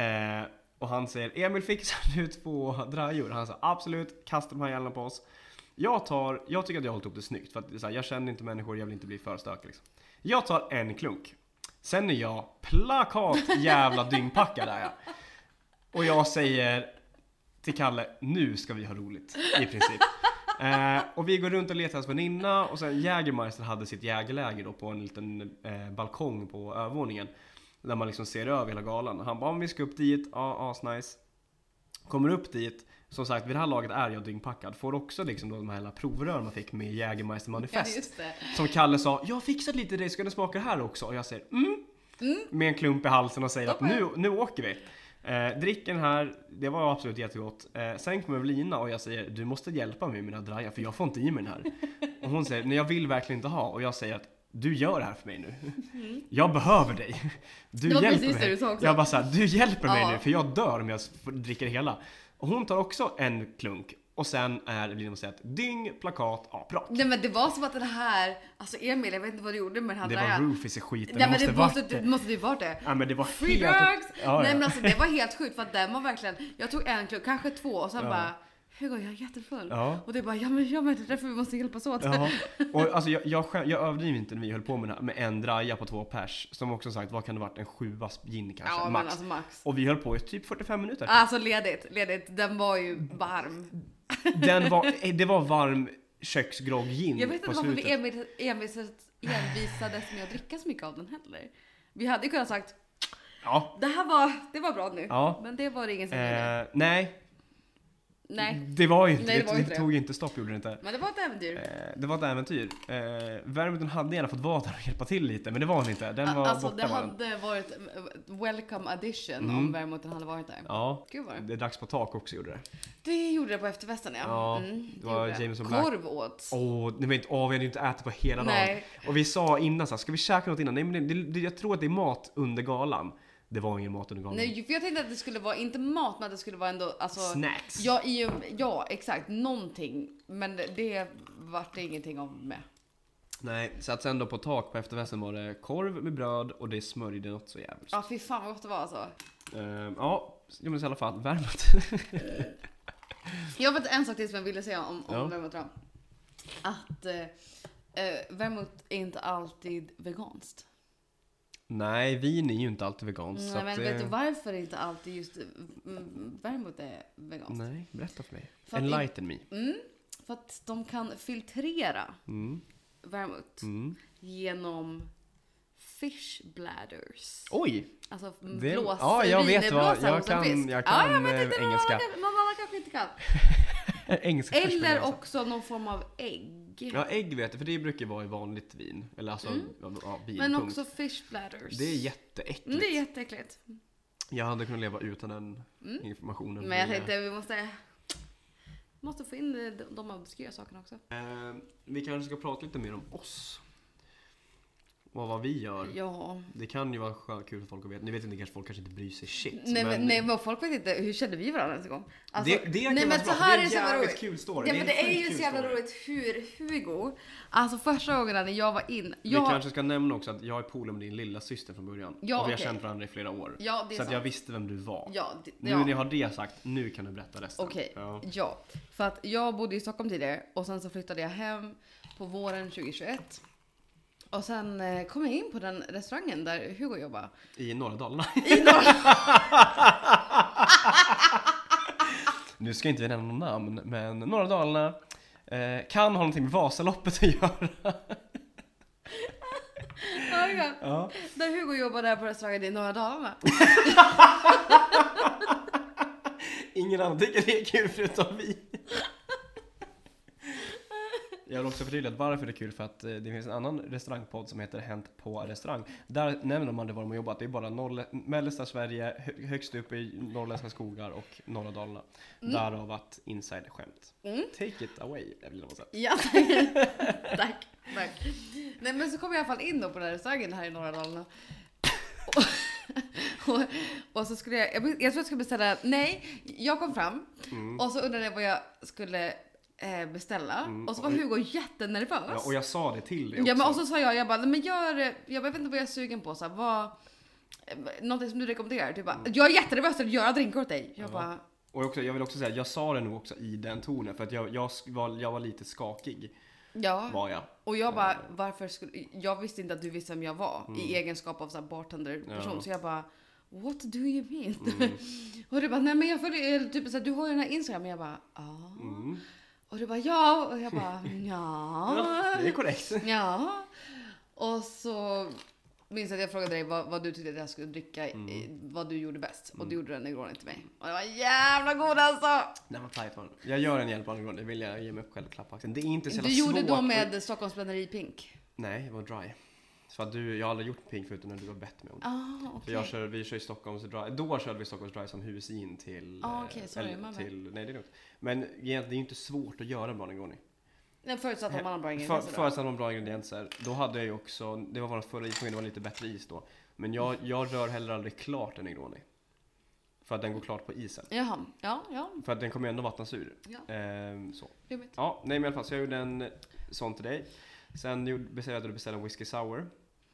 Och han säger, Emil, fixar du 2 drajor? Han säger, absolut, kasta de här jävlarna på oss. Jag tycker att jag har hållit upp det snyggt, för att så här, jag känner inte människor, jag vill inte bli för stökig liksom. Jag tar en klunk. Sen är jag plakat jävla dyngpackad där jag. Och jag säger till Kalle, nu ska vi ha roligt i princip. Och vi går runt och letar hans väninna. Och sen Jägermeister hade sitt jägerläger då på en liten balkong på övervåningen, där man liksom ser över hela galan. Han bara, vi ska upp dit, nice. Kommer upp dit. Som sagt, vid det här laget är jag dyngpackad. Får också liksom då de här hela provrör man fick med Jägermeister manifest. Ja, som Kalle sa, jag har fixat lite det, ska du smaka det här också? Och jag säger, med en klump i halsen och säger att nu åker vi. Dricken här, det var absolut jättegott. Sen kommer Evelina och jag säger, du måste hjälpa mig med mina drajar, för jag får inte i mig den här. Och hon säger, nej jag vill verkligen inte ha. Och jag säger att du gör det här för mig nu. Jag behöver dig. Du hjälper mig. Jag bara såhär, du hjälper mig nu, för jag dör om jag dricker hela. Och hon tar också en klunk. Och sen är Evelina och säger att dyng, plakat, prat. Nej, men det var som att det här, alltså Emil, jag vet inte vad du gjorde med den här drajan. Det var roofies i skiten. Nej, men det måste ju varit det. Ja, men det var free drugs! Nej, men alltså det var helt sjukt, för att den var verkligen, jag tog en klunk, kanske 2 och sen bara, Hugo, jag är jättefull. Och det bara, ja men det är därför vi måste hjälpas åt. Och alltså jag överdriver inte när vi höll på med en draja på 2 pers. Som också sagt, vad kan det varit? En 7 gin kanske, max. Men alltså max. Och vi höll på i typ 45 minuter. Alltså ledigt. Den var ju varm. Det var varm köksgrogg gin. Jag vet inte varför vi envisades med att dricka så mycket av den heller. Vi hade ju kunnat sagt, det var bra nu. Men det var det ingen som ville. Nej. Det var ju inte, det tog ju inte stopp, gjorde det inte. Men det var ett äventyr. Det var ett äventyr. Vermuten hade gärna fått vara där och hjälpa till lite, men det var hon inte. Den var alltså borta. Det hade varit welcome addition om Vermuten hade varit där. Ja, gud vad det är dags på tak också, gjorde det. Det gjorde det på efterfesten, ja. Det var Jameson Black. Korv åt. Vi hade ju inte ätit på hela dagen. Och vi sa innan så här, ska vi käka något innan? Nej, men jag tror att det är mat under galan. Det var ingen mat under galan. Nej, för jag tänkte att det skulle vara, inte mat, men att det skulle vara ändå, alltså, snacks. Ja, exakt. Någonting. Men det vart det ingenting om med. Nej, så att sen då på tak på efterfesten var det korv med bröd och det smörjde något så jävligt. Ja, fy fan vad gott det var alltså. Men i alla fall, värmet. Jag vet en sak till som jag ville säga om vermouth. Att vermouth är inte alltid veganskt. Nej, vin är ju inte alltid veganskt. Nej, men vet du varför inte alltid just vermouth är veganskt? Nej, berätta för mig. Enlighten me. För att de kan filtrera vermouth genom fish bladders. Oj! Alltså jag vet vad, jag kan engelska. Någon annan kanske inte kan. Engelska. Eller också någon form av ägg. Ja, ägg vet jag, för det brukar vara i vanligt vin. Eller alltså vin. Men också fish bladders. Det är jätteäckligt. Det är jätteäckligt. Jag hade kunnat leva utan den informationen. Men jag tänkte vi måste få in de obskyra sakerna också. Vi kanske ska prata lite mer om oss. Vad vi gör. Ja. Det kan ju vara kul för folk att veta. Ni vet inte, kanske folk kanske inte bryr sig shit. Men folk vet inte, hur kände vi varandra ens en gång? Alltså, det är en jävligt kul story. Ja, men det är ju så jävla roligt hur Hugo, alltså första gången när jag var in. Vi kanske ska nämna också att jag är polare med din lilla syster från början. Och vi har känt varandra i flera år. Ja, det är så att sant. jag visste vem du var. Nu när jag har det sagt, nu kan du berätta resten. Okej. För att jag bodde i Stockholm tidigare och sen så flyttade jag hem på våren 2021. Och sen kom jag in på den restaurangen där Hugo jobbar. I norra Dalarna. Nu ska inte vi nämna någon namn, men norra Dalarna kan ha någonting med Vasaloppet att göra. början. Ja. Där Hugo jobbade där på restaurangen i norra Dalarna. Ingen annan tycker det är kul förutom vi. Jag vill också förtydliga varför det är kul, för att det finns en annan restaurangpodd som heter Hänt på restaurang. Där nämner man det var de har jobbat. Det är bara mellersta Sverige, högst upp i norrländska skogar och norra Dalarna. Därav att inside-skämt. Take it away, jag vill säga. Ja, tack. Nej, men så kom jag i alla fall in då på den här restaurangen här i norra Dalarna. Och så skulle jag tror jag skulle beställa, jag kom fram och så undrade jag vad jag skulle beställa och så var Hugo jättenervös. Ja, och jag sa det till dig också. Ja, men och så sa jag bara, men jag vet inte vad jag är sugen på, så här, någonting som du rekommenderar, typ bara, jag är jättenervös att göra drinkar åt dig. Jag bara, och jag vill också säga, jag sa det nog också i den tonen, för att jag var lite skakig. Ja. Var jag. Och jag bara, jag visste inte att du visste vem jag var i egenskap av så här bartenderperson, så jag bara, what do you mean? Och du bara, nej men jag följer typ så här, du har ju den här Instagram, och jag bara, och du bara, ja, och jag bara, ja, det är korrekt. Ja. Och så minns jag att jag frågade dig vad du tyckte att jag skulle dricka, vad du gjorde bäst. Och du gjorde den Negroni till mig. Och det var jävla god alltså! Den var tight, man. Jag gör en hjälp av Negroni, det vill jag ge mig upp själv och klappa axeln. Det är inte så svårt. Du gjorde då med Stockholms Bränneri Pink? Nej, det var dry. Så att jag har aldrig gjort Pink förutom när du var bett med om. Okay. För vi kör i Stockholms Dry. Då körde vi Stockholms Dry som hus in till... nej, det är lugnt. Men det är inte svårt att göra en bra Negroni. Förutsatt om man har bra ingredienser. Förutsatt om bra ingredienser. Då hade jag ju också, det var vår förra isgången, det var lite bättre is då. Men jag rör heller aldrig klart en Negroni. För att den går klart på isen. Jaha, ja. För att den kommer ju ändå vattnas ur. Ja. Så. Ja, nej men i alla fall, så jag gjorde en sån till dig. Sen beställde en whisky sour.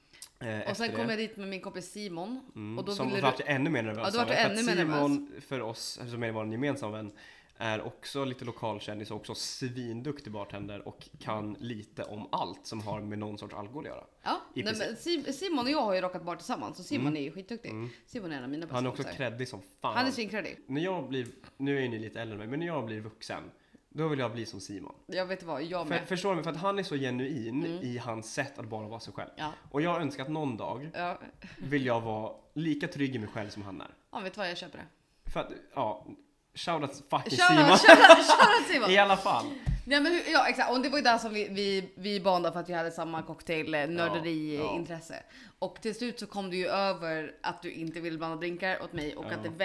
Och sen kom jag dit med min kompis Simon. Och då som var ännu mer nervös. Ja, Simon, för oss, som är vår gemensamma vän, är också lite lokalkändis och också svinduktig bartender och kan lite om allt som har med någon sorts alkohol att göra. Ja, men Simon och jag har ju rockat bar tillsammans, så Simon är ju skitduktig. Simon är en av mina bästa. Han är också kreddig som fan. Han är svinkreddig. Nu är ju ni lite äldre än mig, men när jag blir vuxen, då vill jag bli som Simon. Jag vet vad, jag med. Förstår du? För att han är så genuin i hans sätt att bara vara sig själv. Ja. Och jag önskar att någon dag vill jag vara lika trygg i mig själv som han är. Ja, vet vad, jag köper det. För att, shoutout fucking Simon. Simon. I alla fall. Ja, men exakt. Och det var ju där som vi bondade för att vi hade samma cocktail-nörderi-intresse. Och till slut så kom du ju över att du inte ville blanda drinkar åt mig och att det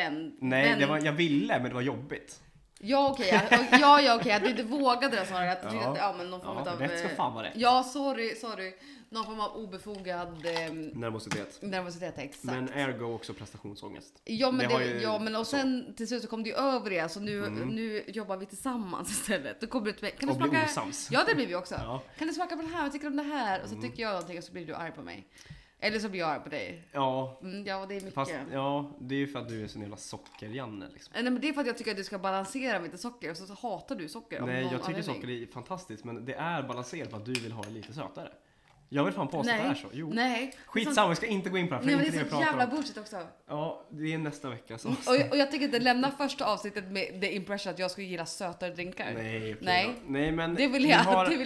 jag ville, men det var jobbigt. Ja, okej. Att du inte vågade det snarare. Att du tyckte att men någon form av... rätt ska fan vara rätt. Ja, sorry. Någon form av obefogad... Nervositet, exakt. Men ergo också prestationsångest. Ja, men och sen till slut så kom du över det. Så nu jobbar vi tillsammans istället. Då kommer du till mig. Kan du smaka... bli osams. Ja, det blir vi också. Ja. Kan du smaka på det här? Vad tycker du om det här? Och så tycker jag någonting och så blir du arg på mig. Eller så blir jag arg på dig. Ja. Ja, det är mycket. Fast, det är ju för att du är sån jävla socker-Janne liksom. Nej, men det är för att jag tycker att du ska balansera med lite socker. Och så hatar du socker. Nej, jag tycker socker är fantastiskt. Men det är balanserat för att du vill ha det lite sötare. Jag vill fan påstå att det är så. Jo. Nej. Skitsamma, vi ska inte gå in på det här. Nej, men det är så jävla bullshit också. Ja, det är nästa vecka så. Och jag tycker inte lämna första avsnittet med the impression att jag skulle gilla sötare drinkar. Nej, men det vill jag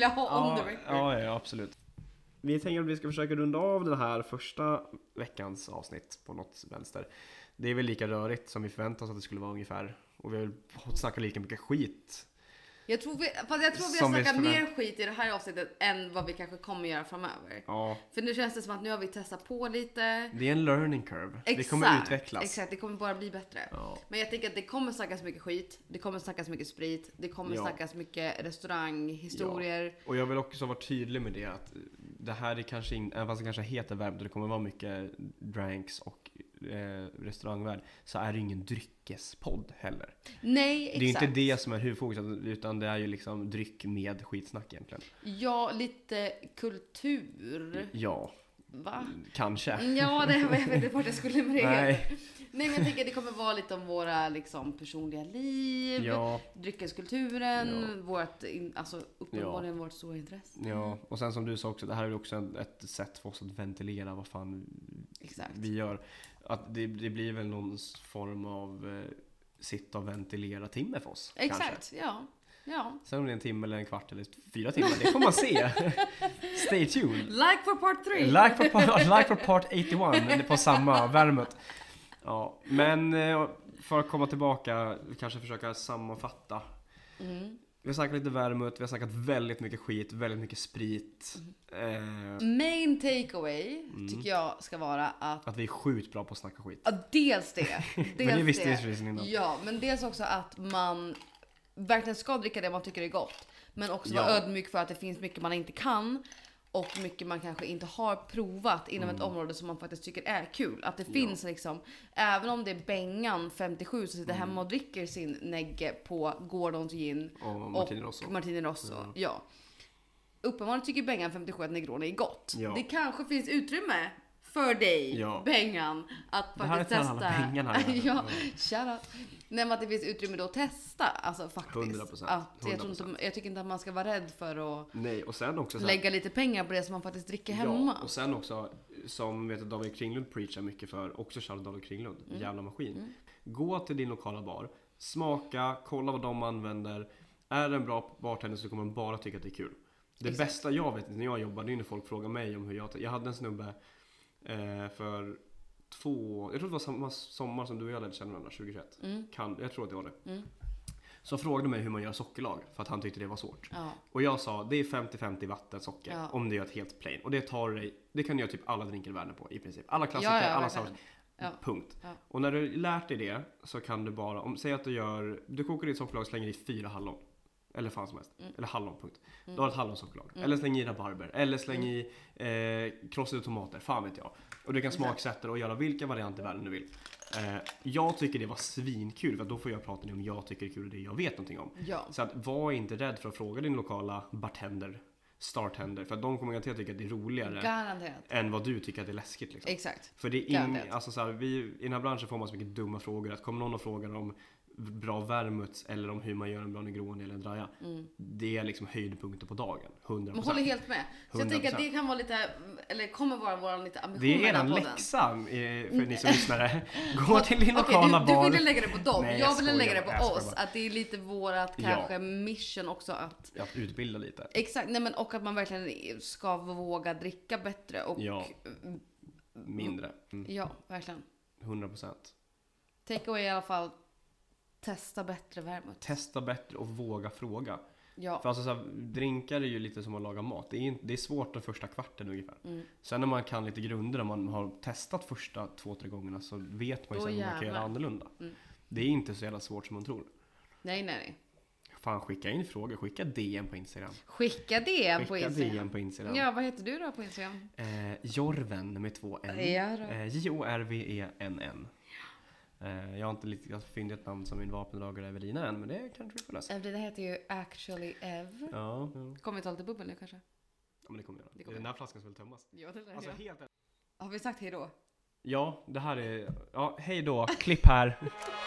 ha on the record. Ja, absolut. Vi tänker att vi ska försöka runda av den här första veckans avsnitt på något vänster. Det är väl lika rörigt som vi förväntar oss att det skulle vara ungefär. Och vi har snackat lika mycket skit. Jag tror vi har snackat mer skit i det här avsnittet än vad vi kanske kommer göra framöver. Ja. För nu känns det som att nu har vi testat på lite. Det är en learning curve. Det kommer utvecklas. Exakt, det kommer bara bli bättre. Ja. Men jag tänker att det kommer snackas mycket skit. Det kommer snackas mycket sprit. Det kommer snackas mycket restauranghistorier. Ja. Och jag vill också vara tydlig med det att det här är kanske även fast det kanske heter värmt och det kommer vara mycket drinks och restaurangvärld, så är det ingen dryckespodd heller. Nej, exakt. Det är inte det som är huvudfokuset, utan det är ju liksom dryck med skitsnack egentligen. Ja, lite kultur. Ja. Va? Kanske. Ja, jag vet inte vart jag skulle med det. Nej, men jag tänker att det kommer vara lite om våra liksom, personliga liv, dryckeskulturen, uppenbarligen vårt stora intresse. Ja, och sen som du sa också, det här är ju också ett sätt för oss att ventilera vad fan vi gör. Att det blir väl någon form av sitta och ventilera timme för oss. Exakt, kanske. ja. Ja. Sen om det är en timme eller en kvart eller 4 timmar, det får man se. Stay tuned. Like for part 3. Like for part 81 på samma Vermouth. Ja, men för att komma tillbaka, kanske försöka sammanfatta. Vi har snackat lite Vermouth, vi har snackat väldigt mycket skit, väldigt mycket sprit. Main takeaway tycker jag ska vara att vi är sjukt bra på att snacka skit. Ja, dels det. Men det visste vi precis innan. Ja, men dels också att man verkligen ska dricka det man tycker är gott. Men också vara ödmjuk för att det finns mycket man inte kan. Och mycket man kanske inte har provat inom ett område som man faktiskt tycker är kul. Att det finns liksom, även om det är Bengan 57 som sitter hemma och dricker sin negge på Gordons gin och Martini Rosso. Ja. Uppenbarligen tycker Bengan 57 att Negroni är gott. Ja. Det kanske finns utrymme för dig, Bengan, att faktiskt testa. Det här är pengarna. Ja, shoutout. Nej, men att det finns utrymme då att testa, alltså faktiskt. 100%. Att jag tycker inte att man ska vara rädd för att Nej, och sen också lägga lite pengar på det som man faktiskt dricker hemma. Ja, och sen också, som vet att David Kringlund preachar mycket för, också shoutout David Kringlund, jävla maskin. Gå till din lokala bar, smaka, kolla vad de använder. Är det en bra bartender så kommer de bara tycka att det är kul. Det bästa jag vet när jag jobbar, det är när folk frågar mig om hur jag hade en snubbe för jag tror det var samma sommar som du och jag lärde känna varandra, 2021. Jag tror att det var det. Så frågade mig hur man gör sockerlag, för att han tyckte det var svårt. Och jag sa, det är 50-50 vatten, socker, om det gör ett helt plain. Och det kan du göra typ alla drinkar i världen på, i princip. Alla klassiker, alla sours. Punkt. Och när du lärt dig det, så kan du bara, säg att du kokar ditt sockerlag och slänger i 4 hallon. Eller fan som helst. Eller hallon, punkt. Du har ett hallonsockerlag. Eller släng i rabarber. Eller släng i krossade tomater. Fan vet jag. Och du kan smaksätta och göra vilka varianter i världen du vill. Jag tycker det var svinkul. För då får jag prata om jag tycker det är kul och det jag vet någonting om. Ja. Så att var inte rädd för att fråga din lokala bartender, startender. För att de kommer garanterat tycka att det är roligare än vad du tycker att det är läskigt. Liksom. Exakt. För det är alltså så här, i den här branschen får man så mycket dumma frågor. Att kommer någon och frågar om bra Vermouth eller om hur man gör en bra Negroni eller en Draja. Det är liksom höjdpunkter på dagen. 100%. Man håller helt med. Så 100%. Jag tänker att det kan vara lite, eller kommer vara våran lite ambition. Det är eran läxa för ni som lyssnare. Gå till din lokala bar. Du vill lägga det på dem. Nej, jag vill lägga det på oss. Att det är lite vårat kanske mission också att utbilda lite. Exakt. Nej, men och att man verkligen ska våga dricka bättre och mindre. Ja, verkligen. 100%. Take away i alla fall. Testa bättre Vermouth. Testa bättre och våga fråga. Ja. För alltså så här, drinkar är ju lite som att laga mat. Det är svårt den första kvarten ungefär. Sen när man kan lite grunder, när man har testat första 2-3 gångerna, så vet man ju sen att man kan göra annorlunda. Det är inte så jävla svårt som man tror. Nej. Fan, skicka in frågor. Skicka DM på Instagram. Skicka DM på Instagram. Ja, vad heter du då på Instagram? Jorven med 2 N. Jorvenn. Jag har inte riktigt fyndigt namn som min vapendragare Evelina än, men det kanske vi får lösa. Evelina heter ju actually Ev. Ja. Kommer vi ta lite bubbel nu kanske? Ja, men det kommer vi göra. Den där flaskan ska väl tömmas? Ja, det är alltså, helt... Har vi sagt hej då? Ja, det här är... Ja, hej då. Klipp här.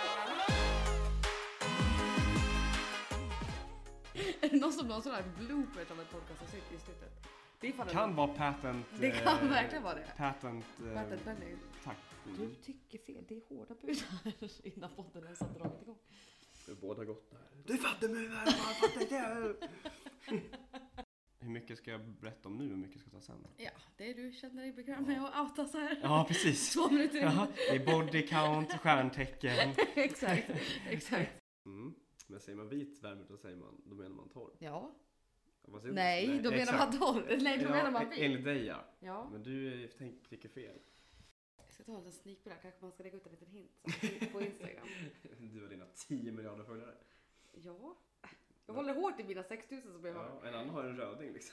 Är det någon som har sån här blooper av ett podcast som sitter i slutet? Det kan vara patent... Det kan verkligen vara det. Patent penny. Tack. Du tycker fel. Det är hårda bud här innan podden ens har dragit igång. Vi båda gott där. Du fattar mig väl. Hur mycket ska jag berätta om nu och hur mycket ska jag ta sen? Ja, det är du känner dig bekväm med att outa så här. Ja, precis. 2 minuter. Ja, det är body count, stjärntecken. Exakt. Men säger man vit Vermouth, då menar man torr. Ja. Nej, då menar man torr. Nej, då menar man vit. Enligt dig, ja. Men du tycker fel. Jag ska ta en liten sneak på det här. Kanske man ska lägga ut en liten hint på Instagram. Du har dina 10 miljarder följare. Ja. Jag håller hårt i mina 6000 som jag har. Ja, en annan har en röding liksom.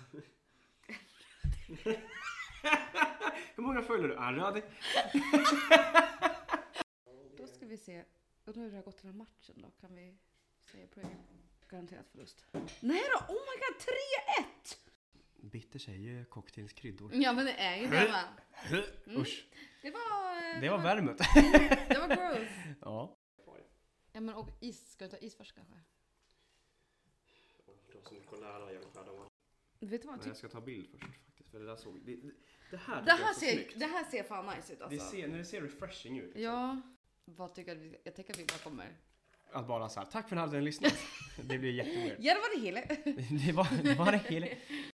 Hur många följer du? En röding. Då ska vi se. Och nu har det gått till den matchen då. Kan vi säga på garanterat förlust. Nej då, oh my god, 3-1! Bitter är ju cocktailskryddor. Ja, men det är ju det, va? Usch. Det var Vermouth. Det var gross. Ja. Ja, men och is. Ska du ta is först kanske? De som är nära jag färdiga. Vet du vad? Men jag ska ta bild först faktiskt. För det där såg... Det här ser fan nice ut alltså. När det ser refreshing ut. Ja. Vad tycker du? Jag tänker att vi bara kommer Att bara så här, tack för att ni hade lyssnat. Det blir jätteweird. Ja, det var det hela. Det var det hela.